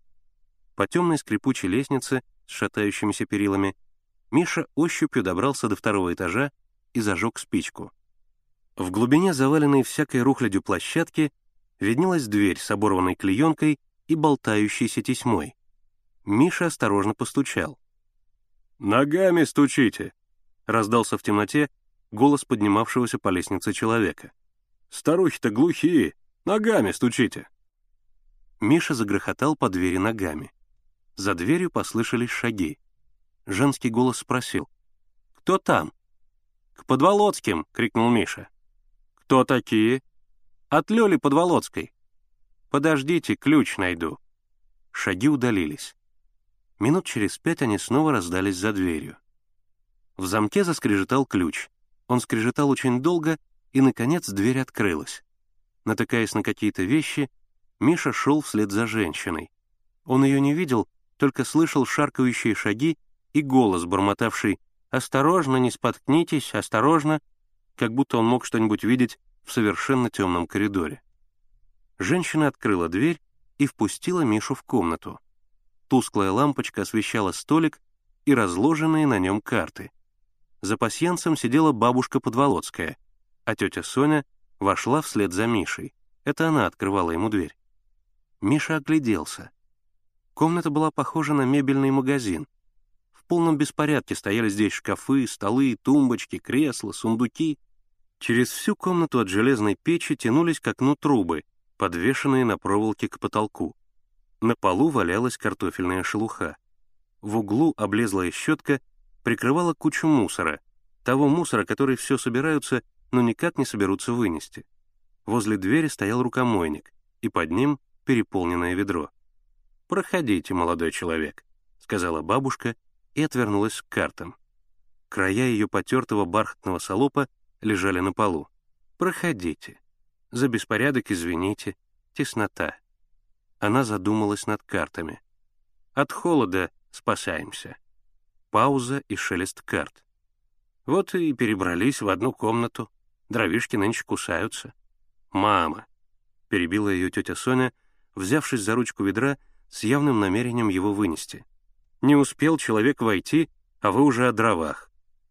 По темной скрипучей лестнице с шатающимися перилами Миша ощупью добрался до второго этажа и зажег спичку. В глубине заваленной всякой рухлядью площадки виднелась дверь с оборванной клеенкой и болтающейся тесьмой. Миша осторожно постучал. «Ногами стучите!» — раздался в темноте голос поднимавшегося по лестнице человека. «Старухи-то глухие, ногами стучите!» Миша загрохотал по двери ногами. За дверью послышались шаги. Женский голос спросил: «Кто там?» «К Подволоцким!» — крикнул Миша. «Кто такие?» «От Лёли Подволоцкой». «Подождите, ключ найду». Шаги удалились. Минут через пять они снова раздались за дверью. В замке заскрежетал ключ. Он скрежетал очень долго, и, наконец, дверь открылась. Натыкаясь на какие-то вещи, Миша шел вслед за женщиной. Он ее не видел, только слышал шаркающие шаги и голос, бормотавший «Осторожно, не споткнитесь, осторожно», как будто он мог что-нибудь видеть в совершенно темном коридоре. Женщина открыла дверь и впустила Мишу в комнату. Тусклая лампочка освещала столик и разложенные на нем карты. За пасьянсом сидела бабушка Подволоцкая, а тетя Соня вошла вслед за Мишей. Это она открывала ему дверь. Миша огляделся. Комната была похожа на мебельный магазин. В полном беспорядке стояли здесь шкафы, столы, тумбочки, кресла, сундуки. Через всю комнату от железной печи тянулись к окну трубы, подвешенные на проволоке к потолку. На полу валялась картофельная шелуха. В углу облезлая щетка прикрывала кучу мусора, того мусора, который все собираются, но никак не соберутся вынести. Возле двери стоял рукомойник, и под ним переполненное ведро. «Проходите, молодой человек», — сказала бабушка и отвернулась к картам. Края ее потертого бархатного салопа лежали на полу. «Проходите. За беспорядок извините. Теснота». Она задумалась над картами. «От холода спасаемся». Пауза и шелест карт. «Вот и перебрались в одну комнату. Дровишки нынче кусаются». «Мама», — перебила ее тетя Соня, взявшись за ручку ведра с явным намерением его вынести. «Не успел человек войти, а вы уже о дровах».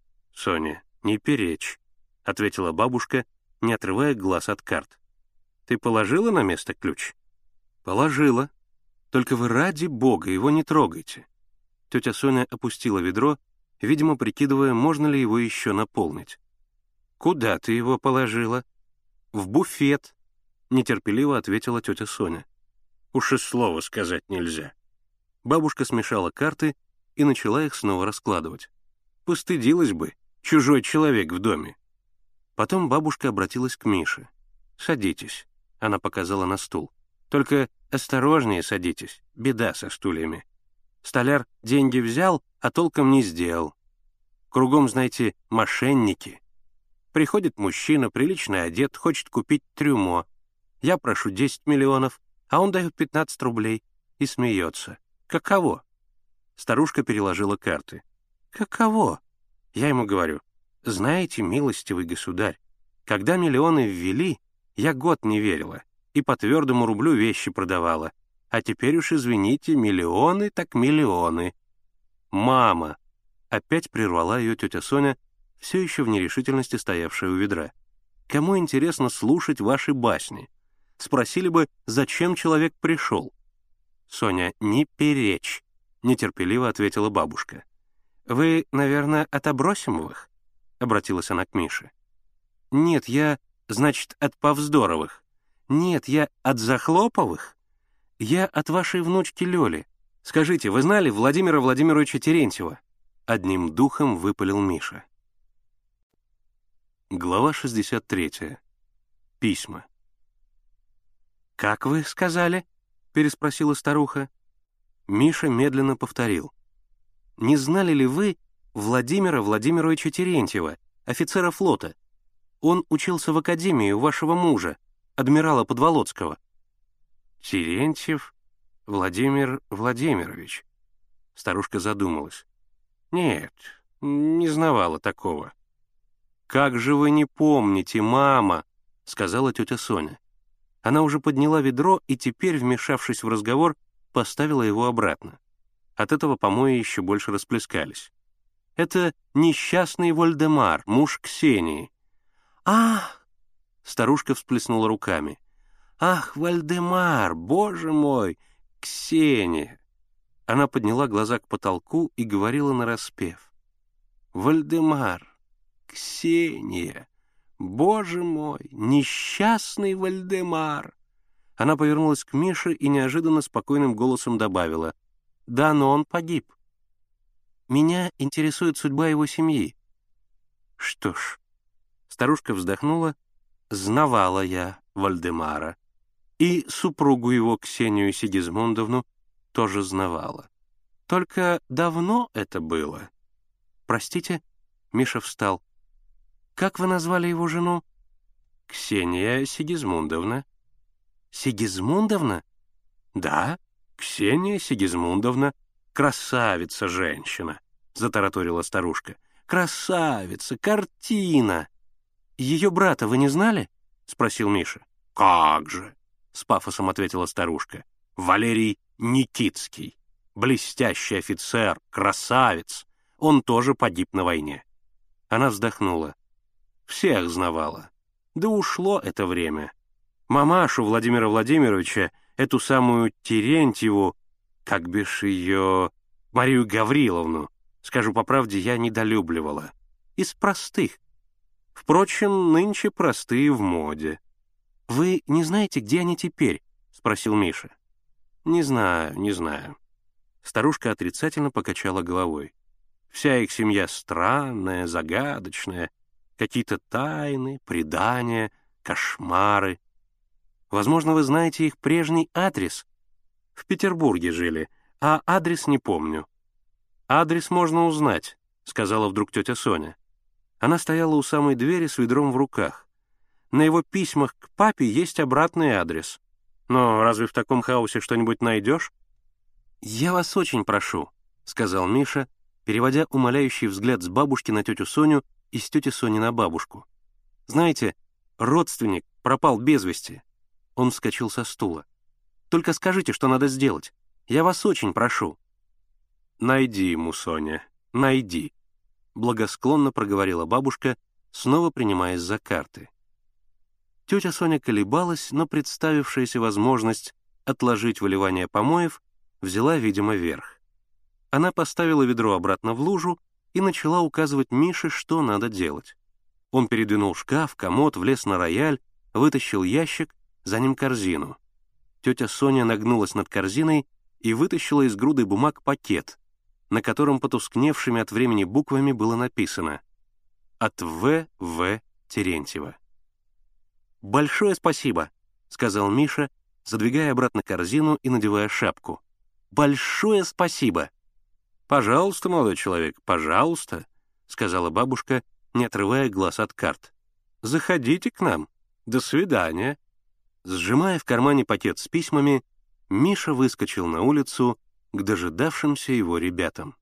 «Соня, не перечь», — ответила бабушка, не отрывая глаз от карт. «Ты положила на место ключ?» «Положила. Только вы ради бога его не трогайте». Тетя Соня опустила ведро, видимо, прикидывая, можно ли его еще наполнить. «Куда ты его положила?» «В буфет», — нетерпеливо ответила тетя Соня. «Уж и слова сказать нельзя». Бабушка смешала карты и начала их снова раскладывать. «Постыдилась бы, чужой человек в доме». Потом бабушка обратилась к Мише. «Садитесь», — она показала на стул. «Только осторожнее садитесь, беда со стульями. Столяр деньги взял, а толком не сделал. Кругом, знаете, мошенники. Приходит мужчина, прилично одет, хочет купить трюмо. Я прошу десять миллионов, а он дает пятнадцать рублей и смеется. Каково?» Старушка переложила карты. «Каково?» Я ему говорю: «Знаете, милостивый государь, когда миллионы ввели, я год не верила и по твердому рублю вещи продавала. А теперь уж, извините, миллионы так миллионы». «Мама!» — опять прервала ее тетя Соня, все еще в нерешительности стоявшая у ведра. «Кому интересно слушать ваши басни? Спросили бы, зачем человек пришел?» «Соня, не перечь», — нетерпеливо ответила бабушка. «Вы, наверное, от Абросимовых?» — обратилась она к Мише. «Нет, я, значит, от Повздоровых. Нет, я от Захлоповых. Я от вашей внучки Лёли. Скажите, вы знали Владимира Владимировича Терентьева?» Одним духом выпалил Миша. Глава шестьдесят третья. Письма. «Как вы сказали?» — переспросила старуха. Миша медленно повторил. «Не знали ли вы Владимира Владимировича Терентьева, офицера флота? Он учился в академии у вашего мужа, адмирала Подволоцкого». «Терентьев Владимир Владимирович?» Старушка задумалась. «Нет, не знавала такого». «Как же вы не помните, мама?» — сказала тетя Соня. Она уже подняла ведро и теперь, вмешавшись в разговор, поставила его обратно. От этого помои еще больше расплескались. «Это несчастный Вольдемар, муж Ксении». «Ах!» — старушка всплеснула руками. «Ах, Вольдемар, боже мой, Ксения!» Она подняла глаза к потолку и говорила нараспев. «Вольдемар, Ксения, боже мой, несчастный Вольдемар!» Она повернулась к Мише и неожиданно спокойным голосом добавила: «Да, но он погиб. Меня интересует судьба его семьи». «Что ж», — старушка вздохнула, — «знавала я Вольдемара. И супругу его, Ксению Сигизмундовну, тоже знавала. Только давно это было». «Простите?» — Миша встал. «Как вы назвали его жену?» «Ксения Сигизмундовна». «Сигизмундовна?» «Да, Ксения Сигизмундовна. Красавица женщина», — затараторила старушка. «Красавица, картина». «Ее брата вы не знали?» — спросил Миша. «Как же!» — с пафосом ответила старушка. Валерий Никитский. Блестящий офицер, красавец. Он тоже погиб на войне». Она вздохнула. «Всех знавала. Да ушло это время. Мамашу Владимира Владимировича, эту самую Терентьеву, как бишь ее, Марию Гавриловну, скажу по правде, я недолюбливала. Из простых. Впрочем, нынче простые в моде». «Вы не знаете, где они теперь?» — спросил Миша. «Не знаю, не знаю». Старушка отрицательно покачала головой. «Вся их семья странная, загадочная, какие-то тайны, предания, кошмары. Возможно, вы знаете их прежний адрес. В Петербурге жили, а адрес не помню». «Адрес можно узнать», — сказала вдруг тетя Соня. Она стояла у самой двери с ведром в руках. На его письмах к папе есть обратный адрес. Но разве в таком хаосе что-нибудь найдешь? «Я вас очень прошу», — сказал Миша, переводя умоляющий взгляд с бабушки на тетю Соню и с тети Сони на бабушку. «Знаете, родственник пропал без вести». Он вскочил со стула. «Только скажите, что надо сделать. Я вас очень прошу». «Найди ему, Соня, найди», — благосклонно проговорила бабушка, снова принимаясь за карты. Тетя Соня колебалась, но представившаяся возможность отложить выливание помоев взяла, видимо, верх. Она поставила ведро обратно в лужу и начала указывать Мише, что надо делать. Он передвинул шкаф, комод, влез на рояль, вытащил ящик, за ним корзину. Тетя Соня нагнулась над корзиной и вытащила из груды бумаг пакет, на котором потускневшими от времени буквами было написано «От В. В. Терентьева». «Большое спасибо», — сказал Миша, задвигая обратно корзину и надевая шапку. «Большое спасибо». «Пожалуйста, молодой человек, пожалуйста», — сказала бабушка, не отрывая глаз от карт. «Заходите к нам. До свидания». Сжимая в кармане пакет с письмами, Миша выскочил на улицу к дожидавшимся его ребятам.